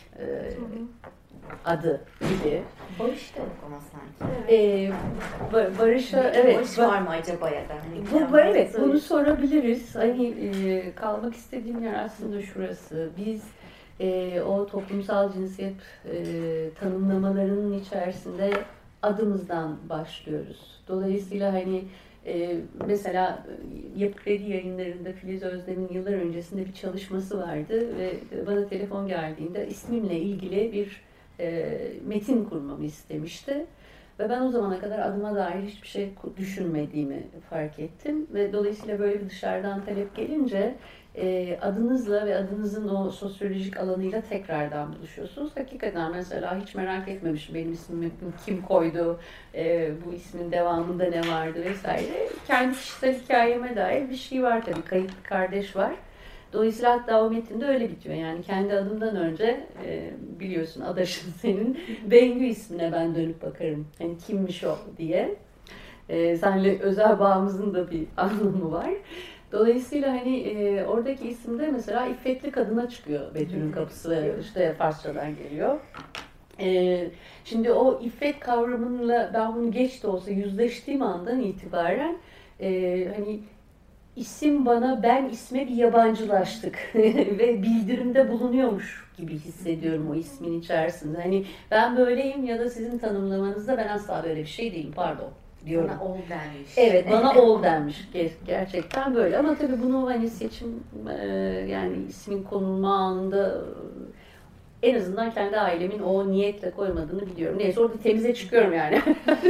adı gibi. Barış da yok ama sanki. Barış'a Barış var mı acaba ya da? Hani Bu var evet, bunu sorabiliriz. Hani kalmak istediğim yer aslında şurası. Biz o toplumsal cinsiyet tanımlamalarının içerisinde adımızdan başlıyoruz. Dolayısıyla hani mesela Yapı Kredi Yayınları'nda Filiz Özdem'in yıllar öncesinde bir çalışması vardı ve bana telefon geldiğinde ismimle ilgili bir metin kurmamı istemişti. Ve ben o zamana kadar adıma dair hiçbir şey düşünmediğimi fark ettim. Ve dolayısıyla böyle bir dışarıdan talep gelince adınızla ve adınızın o sosyolojik alanıyla tekrardan buluşuyorsunuz. Hakikaten mesela hiç merak etmemişim benim ismimi kim koydu, bu ismin devamında ne vardı vesaire. Kendi kişisel hikayeme dair bir şey var tabii, kayıp bir kardeş var. Dolayısıyla hatta o metinde öyle bitiyor. Yani kendi adımdan önce biliyorsun adaşın senin Bengü ismine ben dönüp bakarım. Yani kimmiş o diye. Seninle özel bağımızın da bir anlamı var. Dolayısıyla hani oradaki isimde mesela İffetli Kadına çıkıyor Betül'ün kapısı işte Farsçadan geliyor. Şimdi o iffet kavramıyla ben bunu geç de olsa yüzleştiğim andan itibaren hani İsim bana, ben isme bir yabancılaştık ve bildirimde bulunuyormuş gibi hissediyorum o ismin içerisinde. Hani ben böyleyim ya da sizin tanımlamanızda ben asla böyle bir şey değilim, pardon diyorum. Bana ol denmiş. Evet, bana ol denmiş. Gerçekten böyle ama tabii bunu hani seçim yani ismin konulma anında en azından kendi ailemin o niyetle koymadığını biliyorum. Neyse orada temize çıkıyorum yani.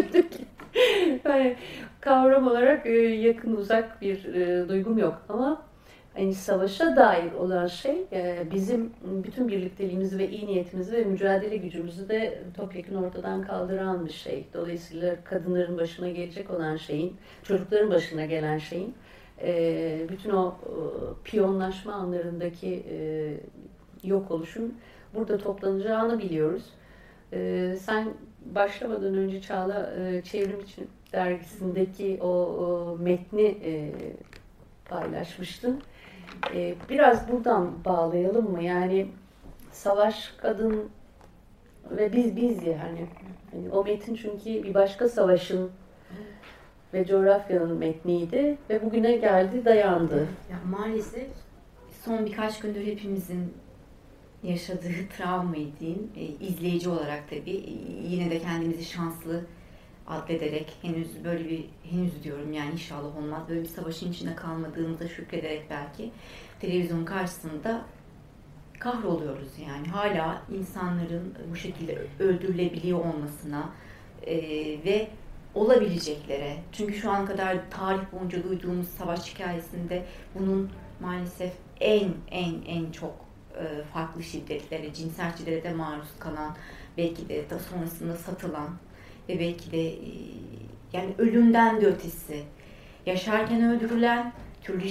Yani kavram olarak yakın uzak bir duygum yok ama hani savaşa dair olan şey bizim bütün birlikteliğimizi ve iyi niyetimizi ve mücadele gücümüzü de topyekun ortadan kaldıran bir şey. Dolayısıyla kadınların başına gelecek olan şeyin, çocukların başına gelen şeyin bütün o piyonlaşma anlarındaki yok oluşun burada toplanacağını biliyoruz. Sen başlamadan önce Çağla Çevrim İçin dergisindeki o metni paylaşmıştın. Biraz buradan bağlayalım mı? Yani savaş, kadın ve biz yani. Hani o metin çünkü bir başka savaşın ve coğrafyanın metniydi ve bugüne geldi, dayandı. Ya maalesef son birkaç gündür hepimizin yaşadığı travmayı diyeyim, izleyici olarak tabii yine de kendimizi şanslı addederek henüz diyorum yani inşallah olmaz, böyle bir savaşın içinde kalmadığımıza şükrederek belki televizyon karşısında kahroluyoruz yani. Hala insanların bu şekilde öldürülebiliyor olmasına ve olabileceklere, çünkü şu ana kadar tarih boyunca duyduğumuz savaş hikayesinde bunun maalesef en çok farklı şiddetlere, cinsel şiddete maruz kalan, belki de daha sonrasında satılan ve belki de yani ölümden de ötesi, yaşarken öldürülen, türlü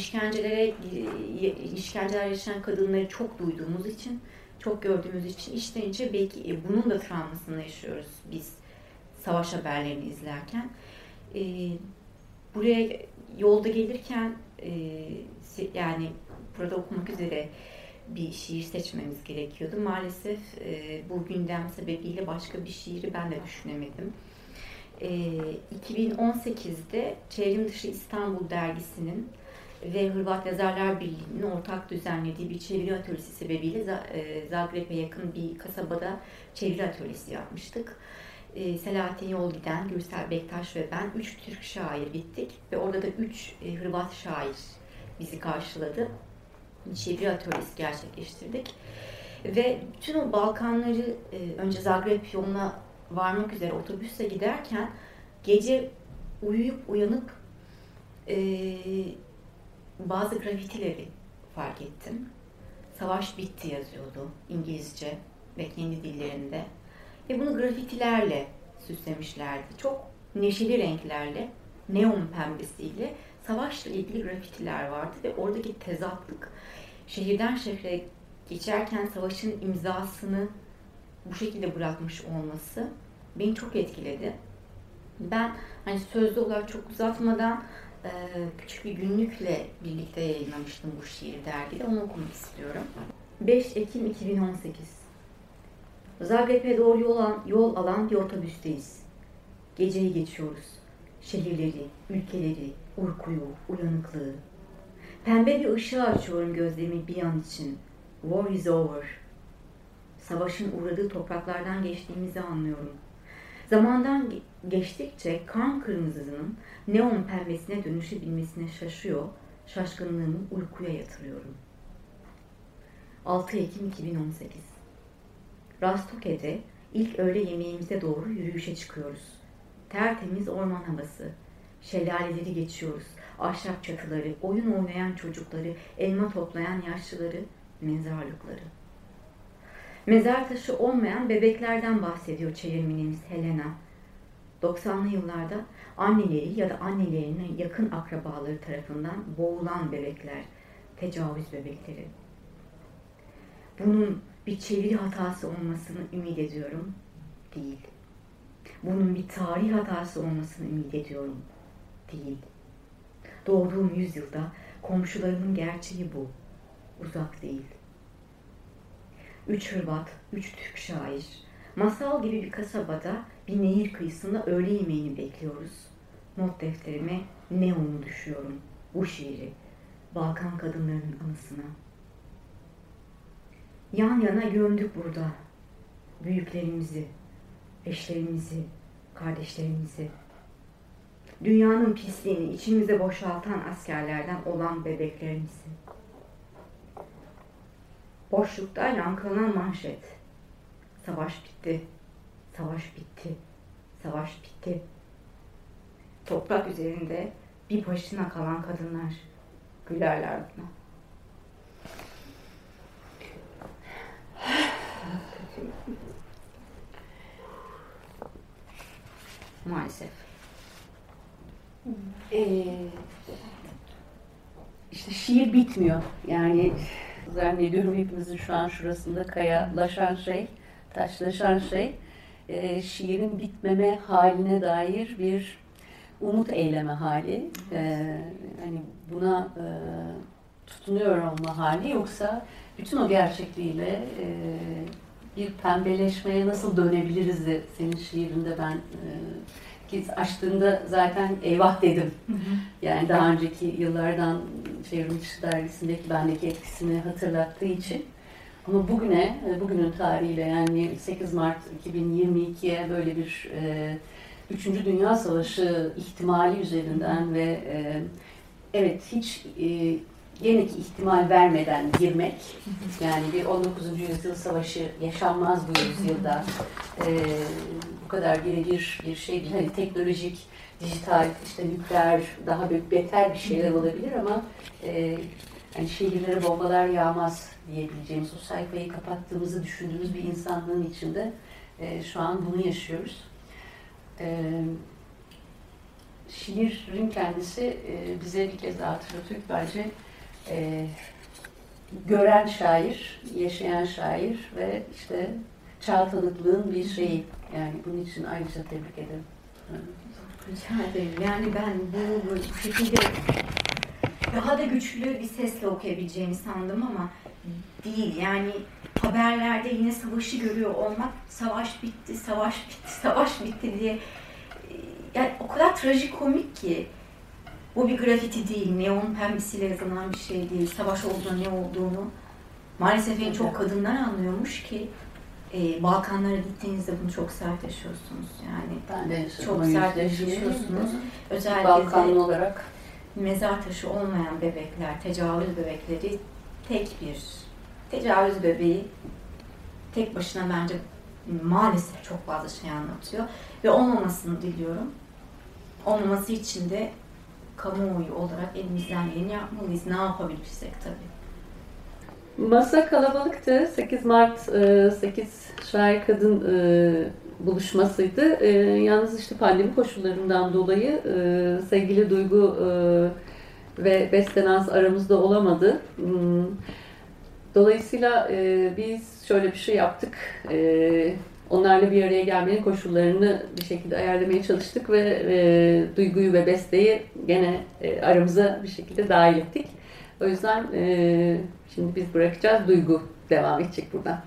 işkenceler yaşayan kadınları çok duyduğumuz için, çok gördüğümüz için içten içe belki bunun da travmasını yaşıyoruz biz savaş haberlerini izlerken. Buraya yolda gelirken yani burada okumak üzere bir şiir seçmemiz gerekiyordu. Maalesef bu gündem sebebiyle başka bir şiiri ben de düşünemedim. 2018'de Çevrim Dışı İstanbul dergisinin ve Hırvat Yazarlar Birliği'nin ortak düzenlediği bir çeviri atölyesi sebebiyle Zagreb'e yakın bir kasabada çeviri atölyesi yapmıştık. Selahattin Yolgiden, Gürsel Bektaş ve ben 3 Türk şair gittik ve orada da 3 Hırvat şair bizi karşıladı. Çeviri atölyesi gerçekleştirdik. Ve bütün o Balkanları önce Zagreb yoluna varmak üzere otobüsle giderken gece uyuyup uyanıp bazı grafitileri fark ettim. Savaş bitti yazıyordu İngilizce ve kendi dillerinde. Ve bunu grafitilerle süslemişlerdi. Çok neşeli renklerle, neon pembesiyle savaşla ilgili grafitiler vardı ve oradaki tezatlık, şehirden şehre geçerken savaşın imzasını bu şekilde bırakmış olması beni çok etkiledi. Ben hani sözlü olarak çok uzatmadan küçük bir günlükle birlikte yayınlamıştım bu şiiri dergide. Onu okumak istiyorum. 5 Ekim 2018. Zagreb'e doğru yol alan bir otobüsteyiz. Geceyi geçiyoruz. Şehirleri, ülkeleri, uykuyu, uyanıklığı. Pembe bir ışığı açıyorum gözlerimi bir an için. War is over. Savaşın uğradığı topraklardan geçtiğimizi anlıyorum. Zamandan geçtikçe kan kırmızısının neon pembesine dönüşebilmesine şaşkınlığımı uykuya yatırıyorum. 6 Ekim 2018. Rastoke'de ilk öğle yemeğimize doğru yürüyüşe çıkıyoruz. Tertemiz orman havası, şelaleleri geçiyoruz, ahşap çatıları, oyun oynayan çocukları, elma toplayan yaşlıları, mezarlıkları. Mezar taşı olmayan bebeklerden bahsediyor çevirmenimiz Helena. 90'lı yıllarda anneleri ya da annelerinin yakın akrabaları tarafından boğulan bebekler, tecavüz bebekleri. Bunun bir çeviri hatası olmasını ümit ediyorum. Değil. Bunun bir tarih hatası olmasını ümit ediyorum. Değil. Doğduğum yüzyılda komşularımın gerçeği bu. Uzak değil. 3 Hırvat, 3 Türk şair. Masal gibi bir kasabada bir nehir kıyısında öğle yemeğini bekliyoruz. Not defterime neonu düşüyorum. Bu şiiri. Balkan kadınlarının anısına. Yan yana gömdük burada. Büyüklerimizi, eşlerimizi, kardeşlerimizi. Dünyanın pisliğini içimize boşaltan askerlerden olan bebeklerimizi. Boşlukta yankılanan manşet. Savaş bitti, savaş bitti, savaş bitti. Toprak üzerinde bir başına kalan kadınlar gülerler buna. Maalesef. İşte şiir bitmiyor. Yani zannediyorum hepimizin şu an şurasında kayalaşan şey, taşlaşan şey, şiirin bitmeme haline dair bir umut eyleme hali. Hani buna tutunuyor olma hali, yoksa bütün o gerçekliğiyle bir pembeleşmeye nasıl dönebiliriz de senin şiirinde ben ki açtığında zaten eyvah dedim. Yani daha önceki yıllardan Çevrim Dışı Dergisi'ndeki bendeki etkisini hatırlattığı için. Ama bugünün tarihiyle, yani 8 Mart 2022'ye böyle bir 3. Dünya Savaşı ihtimali üzerinden ve evet hiç gene ki ihtimal vermeden girmek, yani bir 19. yüzyıl savaşı yaşanmaz bu yüzyılda, bu kadar birebir bir şey değil. Hani teknolojik, dijital, işte nükleer, daha beter bir şeyler olabilir ama yani şehirlere bombalar yağmaz diyebileceğimiz, o sayfayı kapattığımızı düşündüğümüz bir insanlığın içinde şu an bunu yaşıyoruz. Şiirin kendisi bize bir kez daha hatırlatıyor ki bence gören şair, yaşayan şair ve işte çağ tanıklığın bir şeyi. Yani bunun için ayrıca tebrik ederim. Rica ederim. Yani ben bu şekilde daha da güçlü bir sesle okuyabileceğimi sandım ama değil. Yani haberlerde yine savaşı görüyor olmak, savaş bitti, savaş bitti, savaş bitti diye, yani o kadar trajikomik ki. Bu bir grafiti değil, neon pembesiyle yazılan bir şey değil. Savaş olduğunu, ne olduğunu maalesef en çok kadınlar anlıyormuş ki Balkanlara gittiğinizde bunu çok sert yaşıyorsunuz. Yani Ben de çok sert yaşıyorsunuz. Özellikle Balkanlı olarak mezar taşı olmayan bebekler, tecavüz bebekleri, tecavüz bebeği tek başına bence maalesef çok fazla şey anlatıyor ve olmamasını diliyorum. Olmaması için de kamuoyu olarak elimizden geleni yapmalıyız. Ne yapabilirsek tabii. Masa kalabalıktı. 8 Mart 8 şair kadın buluşmasıydı. Yalnız işte pandemi koşullarından dolayı sevgili Duygu ve Bestenaz aramızda olamadı. Dolayısıyla biz şöyle bir şey yaptık. Onlarla bir araya gelmenin koşullarını bir şekilde ayarlamaya çalıştık ve Duygu'yu ve Beste'yi gene aramıza bir şekilde dahil ettik. O yüzden şimdi biz bırakacağız. Duygu devam edecek buradan.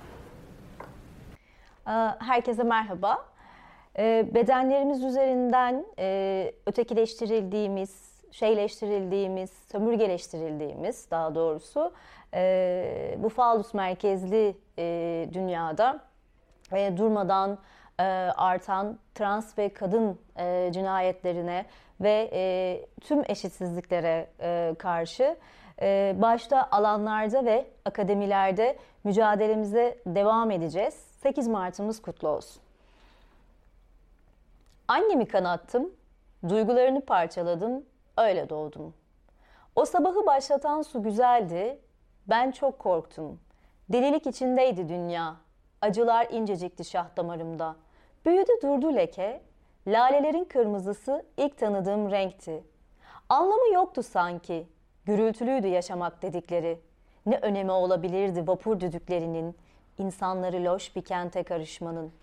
Herkese merhaba. Bedenlerimiz üzerinden ötekileştirildiğimiz, şeyleştirildiğimiz, sömürgeleştirildiğimiz daha doğrusu bu fallus merkezli dünyada durmadan artan trans ve kadın cinayetlerine ve tüm eşitsizliklere karşı başta alanlarda ve akademilerde mücadelemize devam edeceğiz. 8 Mart'ımız kutlu olsun. Annemi kanattım, duygularını parçaladım, öyle doğdum. O sabahı başlatan su güzeldi, ben çok korktum. Delilik içindeydi dünya, acılar incecikti şah damarımda. Büyüdü durdu leke, lalelerin kırmızısı ilk tanıdığım renkti. Anlamı yoktu sanki, gürültülüydü yaşamak dedikleri. Ne önemi olabilirdi vapur düdüklerinin, insanları loş bir kente karışmanın.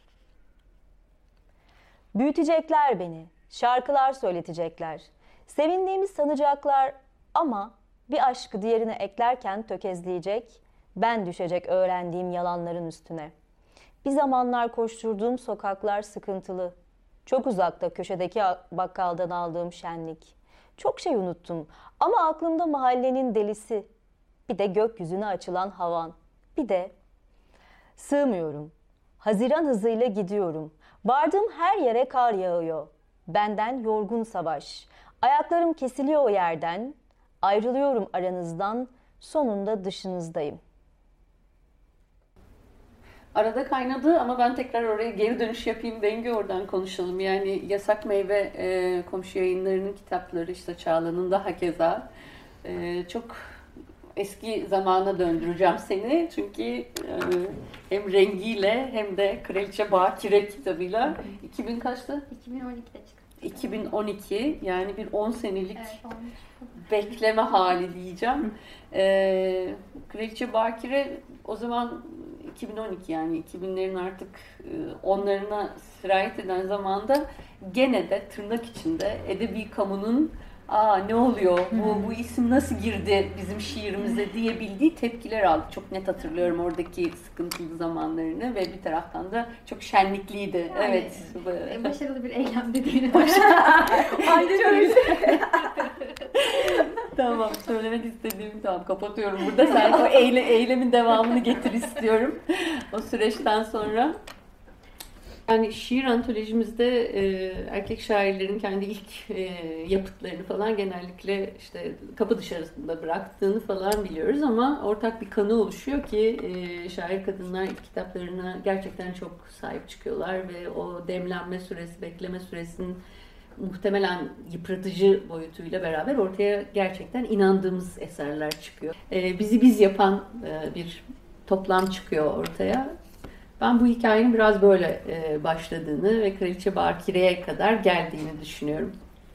Büyütecekler beni, şarkılar söyletecekler. Sevindiğimi sanacaklar ama bir aşkı diğerine eklerken tökezleyecek, ben düşecek öğrendiğim yalanların üstüne. Bir zamanlar koşturduğum sokaklar sıkıntılı. Çok uzakta köşedeki bakkaldan aldığım şenlik. Çok şey unuttum ama aklımda mahallenin delisi. Bir de gökyüzüne açılan havan. Bir de sığmıyorum. Haziran hızıyla gidiyorum. Vardığım her yere kar yağıyor. Benden yorgun savaş. Ayaklarım kesiliyor o yerden. Ayrılıyorum aranızdan. Sonunda dışınızdayım. arada kaynadı ama ben tekrar oraya geri dönüş yapayım. Bengü oradan konuşalım. Yani Yasak Meyve komşu yayınlarının kitapları, işte Çağla'nın da hakeza. Çok eski zamana döndüreceğim seni. Çünkü hem rengiyle hem de Kraliçe Bakire kitabıyla 2000 kaçtı? 2012'de çıktı. 2012, yani bir 10 senelik Evet, olmuş. bekleme hali diyeceğim. Kraliçe Bakire o zaman 2012, yani 2000'lerin artık onlarına sirayet eden zamanda gene de tırnak içinde edebi kamunun ne oluyor, bu isim nasıl girdi bizim şiirimize diyebildiği tepkiler aldı. Çok net hatırlıyorum oradaki sıkıntılı zamanlarını ve bir taraftan da çok şenlikliydi. Yani, evet. Başarılı bir eylem dediğini Tamam, söylemek istediğim tamam, kapatıyorum burada. Sen o eylemin devamını getir istiyorum o süreçten sonra. Yani şiir antolojimizde erkek şairlerin kendi ilk yapıtlarını falan genellikle işte kapı dışarısında bıraktığını falan biliyoruz ama ortak bir kanı oluşuyor ki şair kadınlar ilk kitaplarına gerçekten çok sahip çıkıyorlar ve o demlenme süresi, bekleme süresinin muhtemelen yıpratıcı boyutuyla beraber ortaya gerçekten inandığımız eserler çıkıyor. Bizi biz yapan bir toplam çıkıyor ortaya. Ben bu hikayenin biraz böyle başladığını ve Kraliçe Bakire'ye kadar geldiğini düşünüyorum.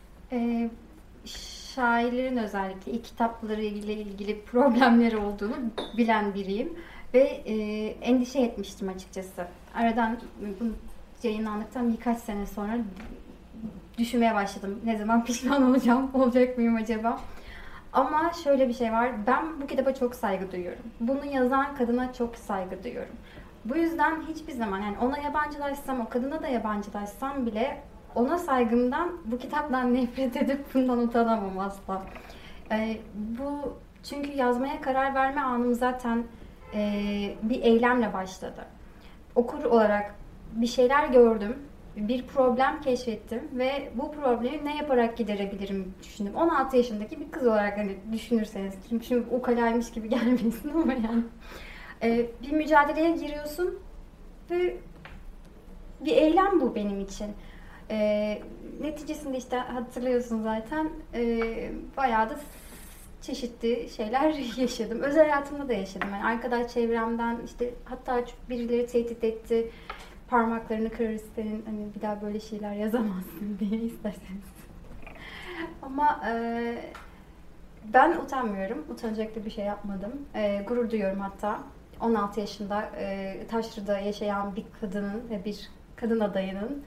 Şairlerin özellikle ilk kitapları ile ilgili problemleri olduğunu bilen biriyim. Ve endişe etmiştim açıkçası. Aradan bu yayınlandıktan birkaç sene sonra düşünmeye başladım. Ne zaman pişman olacağım, olacak mıyım acaba? Ama şöyle bir şey var. Ben bu kitaba çok saygı duyuyorum. Bunu yazan kadına çok saygı duyuyorum. Bu yüzden hiçbir zaman, yani ona yabancılaşsam, o kadına da yabancılaşsam bile ona saygımdan, bu kitaptan nefret edip bundan utanamam asla. Bu çünkü yazmaya karar verme anım zaten bir eylemle başladı. Okur olarak bir şeyler gördüm, bir problem keşfettim ve bu problemi ne yaparak giderebilirim düşündüm. 16 yaşındaki bir kız olarak hani düşünürseniz, şimdi ukalaymış gibi gelmesin ama yani. Bir mücadeleye giriyorsun ve bir eylem bu benim için. Neticesinde işte hatırlıyorsun zaten bayağı da çeşitli şeyler yaşadım. Özel hayatımda da yaşadım. Yani arkadaş çevremden işte hatta birileri tehdit etti. Parmaklarını kırarız senin, hani bir daha böyle şeyler yazamazsın diye isterseniz. Ama ben utanmıyorum. Utanacak da bir şey yapmadım. Gurur duyuyorum hatta. 16 yaşında Taşra'da yaşayan bir kadının ve bir kadın adayının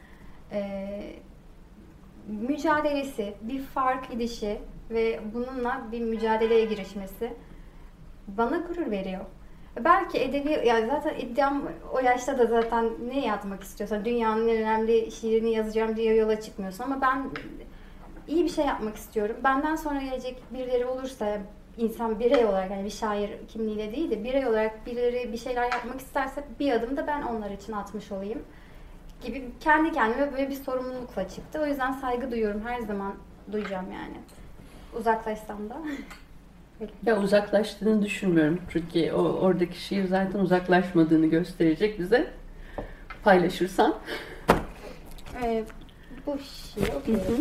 mücadelesi, bir fark edişi ve bununla bir mücadeleye girişmesi bana gurur veriyor. Belki edebi, yani zaten iddiam o yaşta da zaten ne yazmak istiyorsan, dünyanın en önemli şiirini yazacağım diye yola çıkmıyorsun ama ben iyi bir şey yapmak istiyorum. Benden sonra gelecek birileri olursa, insan birey olarak, yani bir şair kimliğiyle değil de birey olarak birileri bir şeyler yapmak isterse bir adım da ben onlar için atmış olayım gibi kendi kendime böyle bir sorumlulukla çıktı. O yüzden saygı duyuyorum, her zaman duyacağım yani. Uzaklaşsam da. Ya uzaklaştığını düşünmüyorum. Çünkü oradaki şiir zaten uzaklaşmadığını gösterecek bize. Paylaşırsan. Bu şiir okuyorum.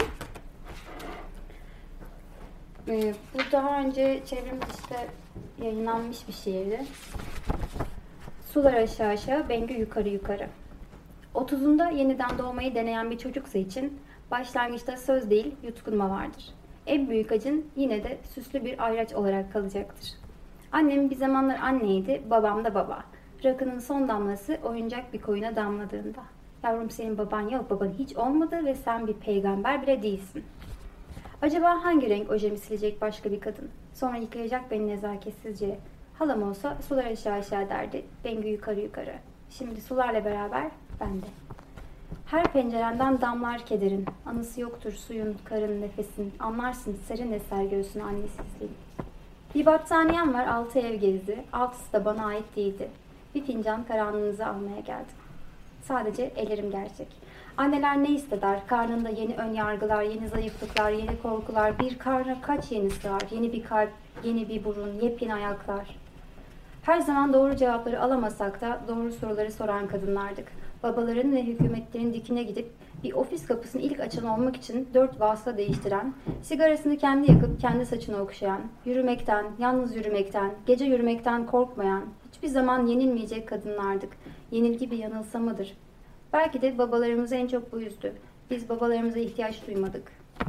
Bu daha önce çevremde işte yayınlanmış bir şiirdi. Sular aşağı aşağı, Bengü yukarı yukarı. 30'unda yeniden doğmayı deneyen bir çocuksa için başlangıçta söz değil, yutkunma vardır. En büyük acın yine de süslü bir ayraç olarak kalacaktır. Annem bir zamanlar anneydi, babam da baba. Rakının son damlası oyuncak bir koyuna damladığında. Yavrum senin baban yok, baban hiç olmadı ve sen bir peygamber bile değilsin. Acaba hangi renk ojemi silecek başka bir kadın? Sonra yıkayacak beni nezaketsizce. Halam olsa sular aşağı aşağı derdi, Bengü yukarı yukarı. Şimdi sularla beraber ben de. Her pencerenden damlar kederin, anısı yoktur suyun, karın, nefesin. Anlarsın serin eser göğsüne annesizliğin. Bir battaniyem var, 6 ev gezdi, 6'sı da bana ait değildi. Bir fincan karanlığınızı almaya geldim. Sadece ellerim gerçek. Anneler ne ister? Karnında yeni ön yargılar, yeni zayıflıklar, yeni korkular. Bir karna kaç yeni sığar? Yeni bir kalp, yeni bir burun, yepyeni ayaklar. Her zaman doğru cevapları alamasak da doğru soruları soran kadınlardık. Babaların ve hükümetlerin dikine gidip bir ofis kapısını ilk açan olmak için 4 vasıta değiştiren, sigarasını kendi yakıp kendi saçını okşayan, yürümekten, yalnız yürümekten, gece yürümekten korkmayan, hiçbir zaman yenilmeyecek kadınlardık. Yenilgi bir yanılsamadır. Belki de babalarımızı en çok bu üzdü. Biz babalarımıza ihtiyaç duymadık.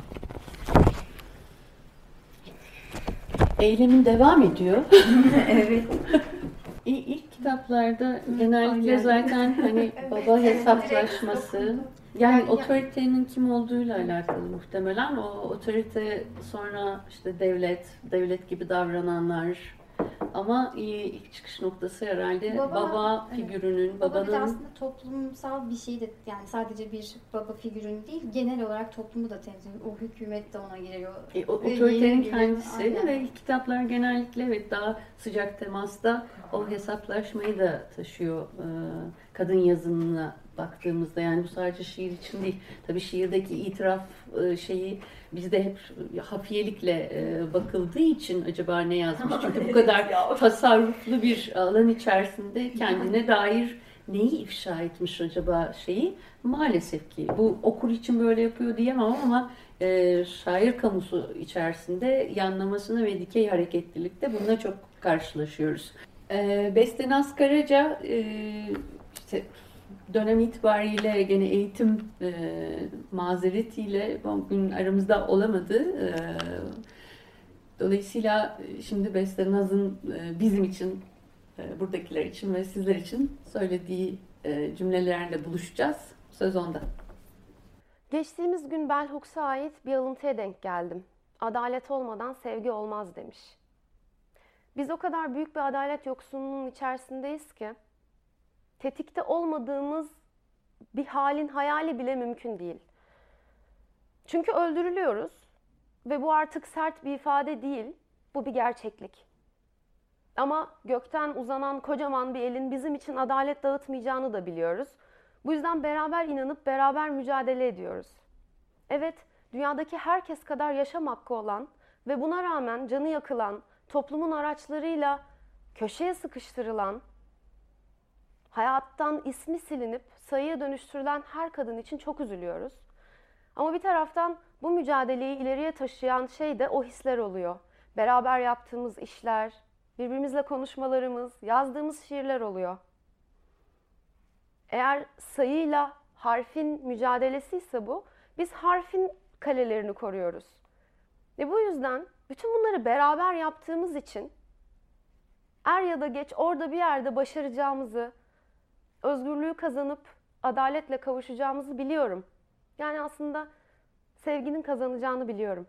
Eylemin devam ediyor. Evet. İlk kitaplarda genellikle zaten hani baba hesaplaşması, yani otoritenin kim olduğuyla alakalı muhtemelen. O otorite sonra işte devlet gibi davrananlar. Ama ilk çıkış noktası herhalde baba figürünün, Baba bir de babanın... aslında toplumsal bir şey de, yani sadece bir baba figürün değil, genel olarak toplumu da temsil ediyor. O hükümet de ona giriyor. Otoritenin kendisi Aynen. ve kitaplar genellikle evet daha sıcak temasta o hesaplaşmayı da taşıyor. Kadın yazınına baktığımızda, yani bu sadece şiir için değil. Tabii şiirdeki itiraf şeyi bizde hep hafiyelikle bakıldığı için acaba ne yazmış? Çünkü bu kadar tasarruflu bir alan içerisinde kendine dair neyi ifşa etmiş acaba şeyi? Maalesef ki bu okur için böyle yapıyor diyemem ama şair kamusu içerisinde yanlamasına ve dikey hareketlilikte bununla çok karşılaşıyoruz. Bestenaz Karaca işte dönem itibariyle gene eğitim mazeretiyle bugün aramızda olamadı. Dolayısıyla şimdi Bestenaz'ın bizim için, buradakiler için ve sizler için söylediği cümlelerle buluşacağız. Söz onda. Geçtiğimiz gün Bell Hooks'a ait bir alıntıya denk geldim. Adalet olmadan sevgi olmaz demiş. Biz o kadar büyük bir adalet yoksunluğunun içerisindeyiz ki tetikte olmadığımız bir halin hayali bile mümkün değil. Çünkü öldürülüyoruz ve bu artık sert bir ifade değil, bu bir gerçeklik. Ama gökten uzanan kocaman bir elin bizim için adalet dağıtmayacağını da biliyoruz. Bu yüzden beraber inanıp beraber mücadele ediyoruz. Evet, dünyadaki herkes kadar yaşam hakkı olan ve buna rağmen canı yakılan, toplumun araçlarıyla köşeye sıkıştırılan, hayattan ismi silinip sayıya dönüştürülen her kadın için çok üzülüyoruz. Ama bir taraftan bu mücadeleyi ileriye taşıyan şey de o hisler oluyor. Beraber yaptığımız işler, birbirimizle konuşmalarımız, yazdığımız şiirler oluyor. Eğer sayıyla harfin mücadelesi ise bu, biz harfin kalelerini koruyoruz. Ve bu yüzden bütün bunları beraber yaptığımız için er ya da geç orada bir yerde başaracağımızı, özgürlüğü kazanıp adaletle kavuşacağımızı biliyorum. Yani aslında sevginin kazanacağını biliyorum.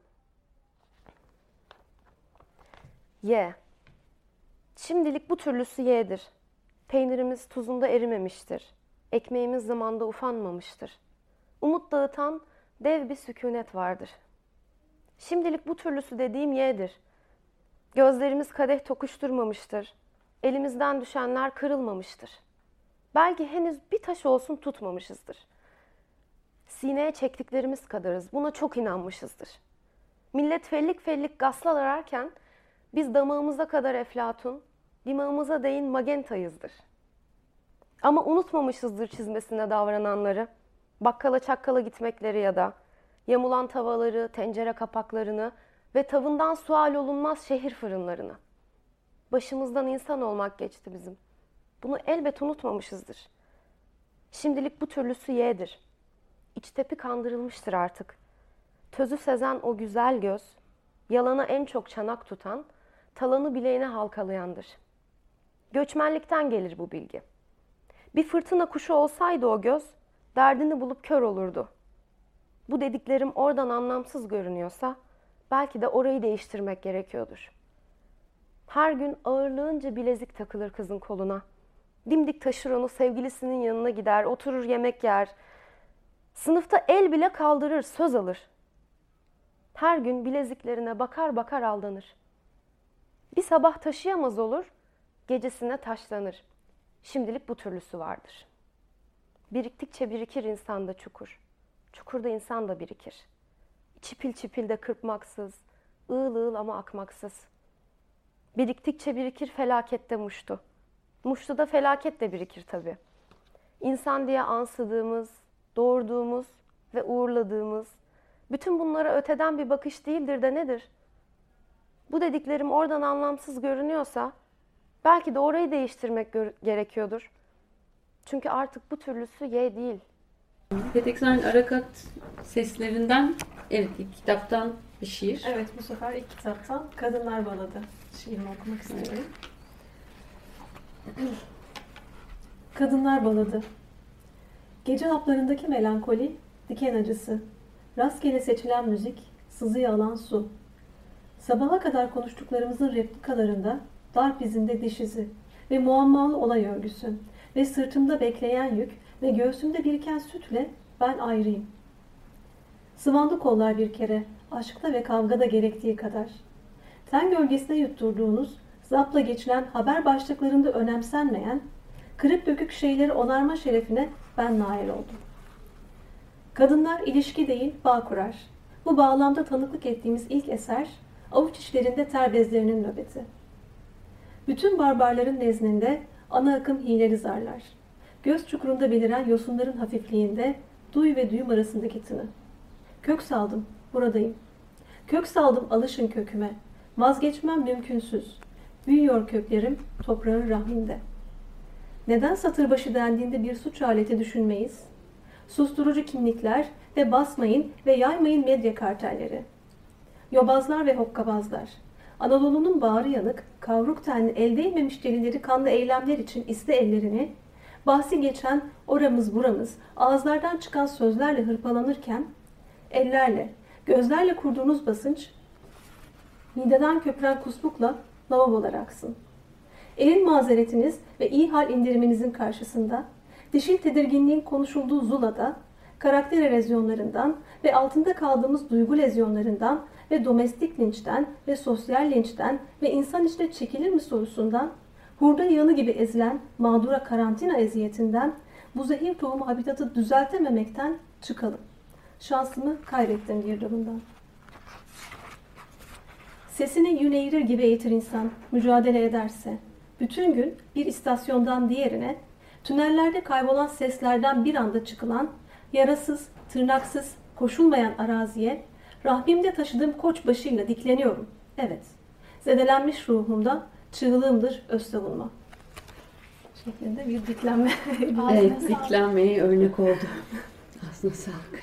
Ye. Şimdilik bu türlüsü ye'dir. Peynirimiz tuzunda erimemiştir. Ekmeğimiz zamanda ufanmamıştır. Umut dağıtan dev bir sükunet vardır. Şimdilik bu türlüsü dediğim ye'dir. Gözlerimiz kadeh tokuşturmamıştır. Elimizden düşenler kırılmamıştır. Belki henüz bir taş olsun tutmamışızdır. Sineye çektiklerimiz kadarız. Buna çok inanmışızdır. Millet fellik fellik gaslar ararken biz damağımıza kadar eflatun, dimağımıza değin magentayızdır. Ama unutmamışızdır çizmesine davrananları, bakkala çakkala gitmekleri ya da yamulan tavaları, tencere kapaklarını ve tavından sual olunmaz şehir fırınlarını. Başımızdan insan olmak geçti bizim. Bunu elbet unutmamışızdır. Şimdilik bu türlüsü ye'dir. İç tepi kandırılmıştır artık. Tözü sezen o güzel göz, yalana en çok çanak tutan, talanı bileğine halkalayandır. Göçmenlikten gelir bu bilgi. Bir fırtına kuşu olsaydı o göz, derdini bulup kör olurdu. Bu dediklerim oradan anlamsız görünüyorsa, belki de orayı değiştirmek gerekiyordur. Her gün ağırlığınca bilezik takılır kızın koluna. Dimdik taşır onu, sevgilisinin yanına gider, oturur yemek yer. Sınıfta el bile kaldırır, söz alır. Her gün bileziklerine bakar bakar aldanır. Bir sabah taşıyamaz olur, gecesine taşlanır. Şimdilik bu türlüsü vardır. Biriktikçe birikir insanda çukur. Çukurda insan da birikir. Çipil çipil de kırpmaksız, ığıl ığıl ama akmaksız. Biriktikçe birikir felakette muştu. Muştu da felaket de birikir tabii. İnsan diye ansıdığımız, doğurduğumuz ve uğurladığımız, bütün bunlara öteden bir bakış değildir de nedir? Bu dediklerim oradan anlamsız görünüyorsa, belki de orayı değiştirmek gerekiyordur. Çünkü artık bu türlüsü Y değil. Peteksen Arakat seslerinden, evet, kitaptan bir şiir. Evet, bu sefer ilk kitaptan Kadınlar Baladı şiirimi okumak istiyorum. Kadınlar Baladı. Gece haplarındaki melankoli, diken acısı, rastgele seçilen müzik, sızıya alan su. Sabaha kadar konuştuklarımızın replikalarında darp izinde diş izi ve muammalı olay örgüsü ve sırtımda bekleyen yük ve göğsümde biriken sütle ben ayrıyım. Sıvandı kollar bir kere, aşkta ve kavgada gerektiği kadar. Ten gölgesine yutturduğunuz, zapla geçilen haber başlıklarında önemsenmeyen, kırık dökük şeyleri onarma şerefine ben nail oldum. Kadınlar ilişki değil, bağ kurar. Bu bağlamda tanıklık ettiğimiz ilk eser, avuç içlerinde ter bezlerinin nöbeti. Bütün barbarların nezdinde ana akım hileli zarlar. Göz çukurunda beliren yosunların hafifliğinde duy ve düğüm arasındaki tını. Kök saldım, buradayım. Kök saldım alışın köküme. Vazgeçmem mümkünsüz. Büyüyor köklerim toprağın rahminde. Neden satırbaşı dendiğinde bir suç aleti düşünmeyiz? Susturucu kimlikler ve basmayın ve yaymayın medya kartelleri. Yobazlar ve hokkabazlar. Anadolu'nun bağrı yanık, kavruk tenli, el değmemiş delileri kanlı eylemler için iste ellerini, bahsi geçen oramız buramız ağızlardan çıkan sözlerle hırpalanırken, ellerle, gözlerle kurduğunuz basınç, mideden köpüren kusmukla lavabolar aksın. Elin mazeretiniz ve iyi hal indiriminizin karşısında, dişil tedirginliğin konuşulduğu zulada, karakter erozyonlarından ve altında kaldığımız duygu lezyonlarından ve domestik linçten ve sosyal linçten ve insan içine çekilir mi sorusundan, hurda yığını gibi ezilen mağdura karantina eziyetinden, bu zehir tohumu habitatı düzeltememekten çıkalım. Şansımı kaybettim girdabından. Sesini yün eğirir gibi eğitir insan, mücadele ederse. Bütün gün bir istasyondan diğerine, tünellerde kaybolan seslerden bir anda çıkılan, yarasız, tırnaksız, koşulmayan araziye, rahmimde taşıdığım koç başıyla dikleniyorum. Evet, zedelenmiş ruhumda çığlığımdır öz savunma. Şeklinde bir diklenme. Evet, diklenmeye örnek oldu. Aslında sağlık.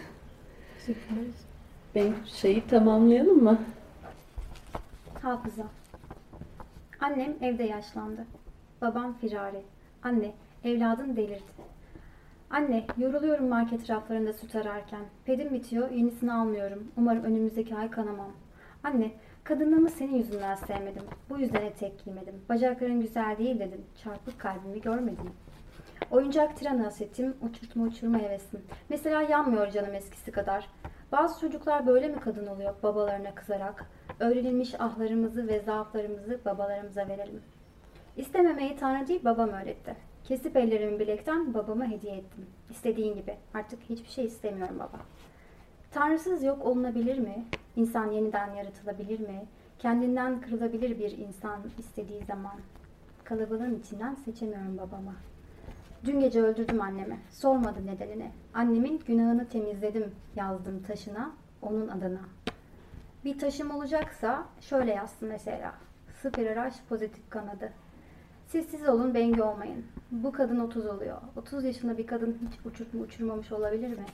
Ben şeyi tamamlayalım mı? Hafıza. Annem evde yaşlandı. Babam firari. Anne, evladın delirdi. Anne, yoruluyorum market raflarında süt ararken. Pedim bitiyor, yenisini almıyorum. Umarım önümüzdeki ay kanamam. Anne, kadınlığımı senin yüzünden sevmedim. Bu yüzden etek giymedim. Bacakların güzel değil dedim. Çarpık kalbimi görmedim. Oyuncak tren hasretim, uçurtma uçurma hevesim. Mesela yanmıyor canım eskisi kadar. Bazı çocuklar böyle mi kadın oluyor babalarına kızarak? Öğrenilmiş ahlarımızı ve zaaflarımızı babalarımıza verelim. İstememeyi Tanrı değil babam öğretti. Kesip ellerimi bilekten babama hediye ettim. İstediğin gibi. Artık hiçbir şey istemiyorum baba. Tanrısız yok olunabilir mi? İnsan yeniden yaratılabilir mi? Kendinden kırılabilir bir insan istediği zaman. Kalabalığın içinden seçemiyorum babama. Dün gece öldürdüm annemi. Sormadı nedenini. Annemin günahını temizledim yazdım taşına, onun adına. Bir taşım olacaksa şöyle yazsın mesela. 0 RH pozitif kanadı. Siz olun, bengi olmayın. Bu kadın 30 oluyor. 30 yaşında bir kadın hiç uçurtma uçurmamış olabilir mi?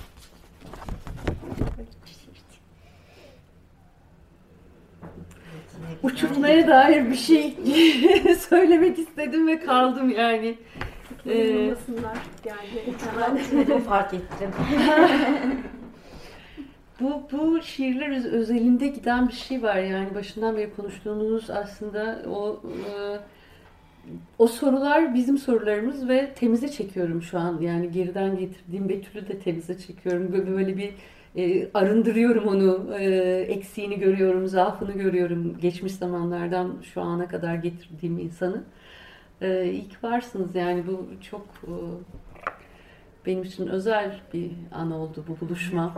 Uçurmaya dair bir şey söylemek istedim ve kaldım yani. Uçurmasınlar geldi. Uçurduğumu fark ettim. Bu şiirler özelinde giden bir şey var yani başından beri konuştuğumuz aslında o sorular bizim sorularımız ve temize çekiyorum şu an yani geriden getirdiğim Betül'ü de temize çekiyorum böyle bir arındırıyorum onu, eksiğini görüyorum, zaafını görüyorum geçmiş zamanlardan şu ana kadar getirdiğim insanı. İyi ki varsınız yani bu çok benim için özel bir an oldu bu buluşma.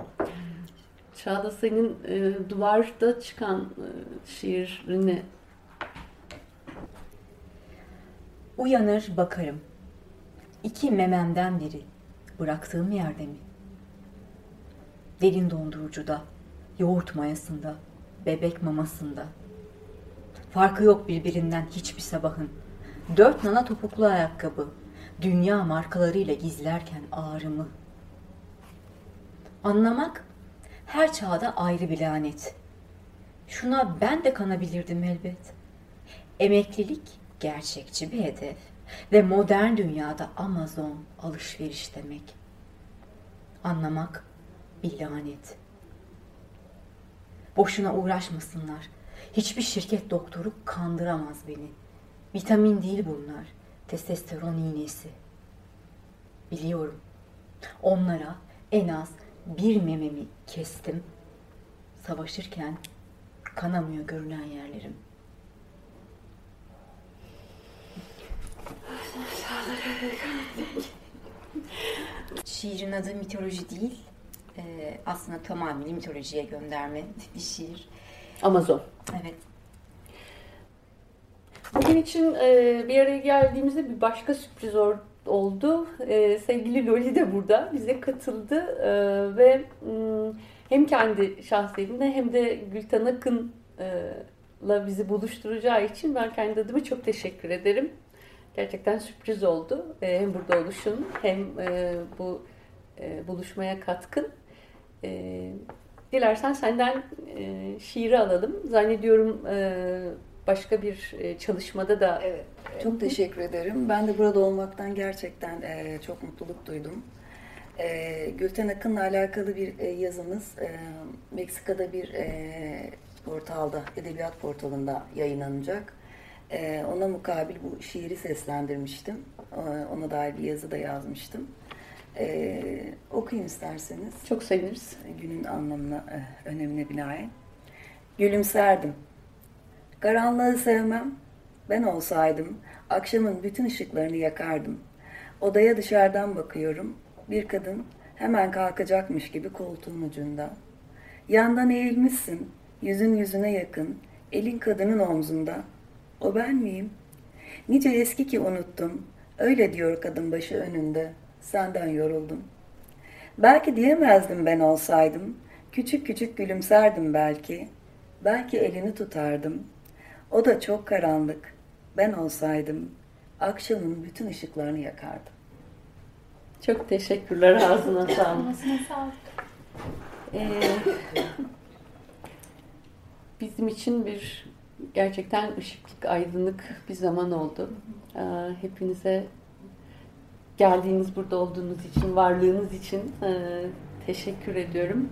Çağla senin duvarda çıkan şiirini Uyanır bakarım. İki mememden biri. Bıraktığım yerde mi? Derin dondurucuda, yoğurt mayasında, bebek mamasında. Farkı yok birbirinden hiçbir sabahın. 4 nana topuklu ayakkabı, dünya markalarıyla gizlerken ağrımı. Anlamak her çağda ayrı bir lanet. Şuna ben de kanabilirdim elbet. Emeklilik gerçekçi bir hedef ve modern dünyada Amazon alışveriş demek. Anlamak bir lanet. Boşuna uğraşmasınlar. Hiçbir şirket doktoru kandıramaz beni. Vitamin değil bunlar. Testosteron iğnesi. Biliyorum. Onlara en az bir mememi kestim. Savaşırken kanamıyor görünen yerlerim. Şiirin adı mitoloji değil. Aslında tamamen mitolojiye gönderme bir şiir. Amazon. Evet. Bugün için bir araya geldiğimizde bir başka sürpriz oldu. Sevgili Loli de burada bize katıldı ve hem kendi şahsiyetinde hem de Gülten Akın'la bizi buluşturacağı için ben kendi adıma çok teşekkür ederim. Gerçekten sürpriz oldu. Hem burada oluşun hem bu buluşmaya katkın. Dilersen senden şiiri alalım. Zannediyorum başka bir çalışmada da... Evet, çok teşekkür ederim. Ben de burada olmaktan gerçekten çok mutluluk duydum. Gülten Akın'la alakalı bir yazımız Meksika'da bir portalda, edebiyat portalında yayınlanacak. Ona mukabil bu şiiri seslendirmiştim. Ona dair bir yazı da yazmıştım. Okuyun isterseniz. Çok seviniriz. Günün anlamına, önemine binaen. Gülümserdim. Karanlığı sevmem. Ben olsaydım akşamın bütün ışıklarını yakardım. Odaya dışarıdan bakıyorum. Bir kadın hemen kalkacakmış gibi koltuğun ucunda. Yandan eğilmişsin. Yüzün yüzüne yakın. Elin kadının omzunda. O ben miyim? Nice eski ki unuttum. Öyle diyor kadın başı önünde. Senden yoruldum. Belki diyemezdim ben olsaydım. Küçük küçük gülümserdim belki. Belki elini tutardım. O da çok karanlık. Ben olsaydım akşamın bütün ışıklarını yakardım. Çok teşekkürler. Ağzına sağlık. Ağzına sağlık. Bizim için bir gerçekten ışıklık, aydınlık bir zaman oldu. Hepinize geldiğiniz, burada olduğunuz için, varlığınız için teşekkür ediyorum.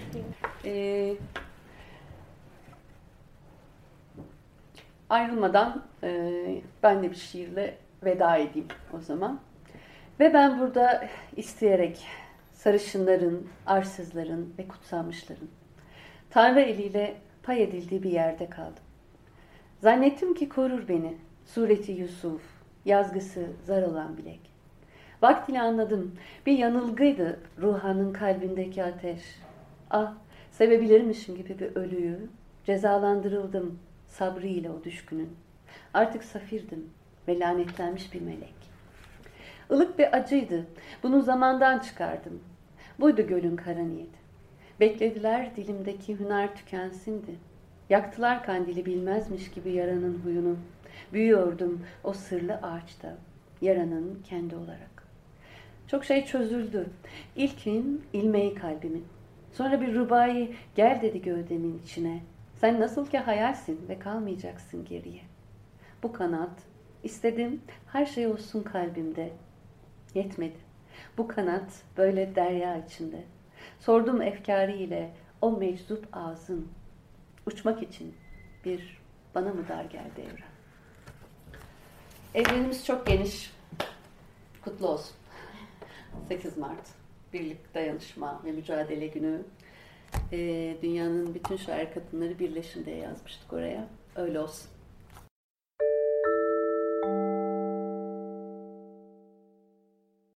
Ayrılmadan ben de bir şiirle veda edeyim o zaman. Ve ben burada isteyerek sarışınların, arsızların ve kutsanmışların Tanrı eliyle pay edildiği bir yerde kaldım. Zannettim ki korur beni, sureti Yusuf, yazgısı zar olan bilek. Vaktiyle anladım, bir yanılgıydı ruhanın kalbindeki ateş. Ah, sevebilirmişim gibi bir ölüyü, cezalandırıldım sabrıyla o düşkünün. Artık safirdim ve lanetlenmiş bir melek. Ilık bir acıydı, bunu zamandan çıkardım. Buydu gölün kara niyeti. Beklediler dilimdeki hüner tükensindi. Yaktılar kandili bilmezmiş gibi yaranın huyunu. Büyüyordum o sırlı ağaçta, yaranın kendi olarak. Çok şey çözüldü. İlkin ilmeği kalbimin. Sonra bir rubai gel dedi gövdemin içine. Sen nasıl ki hayalsin ve kalmayacaksın geriye. Bu kanat, istedim her şey olsun kalbimde. Yetmedi. Bu kanat böyle derya içinde. Sordum efkârı ile o meczup ağzın. Uçmak için bir bana mı dar geldi evren? Evrenimiz çok geniş. Kutlu olsun. 8 Mart. Birlik, Dayanışma ve Mücadele Günü. Dünyanın bütün şair kadınları birleşin diye yazmıştık oraya. Öyle olsun.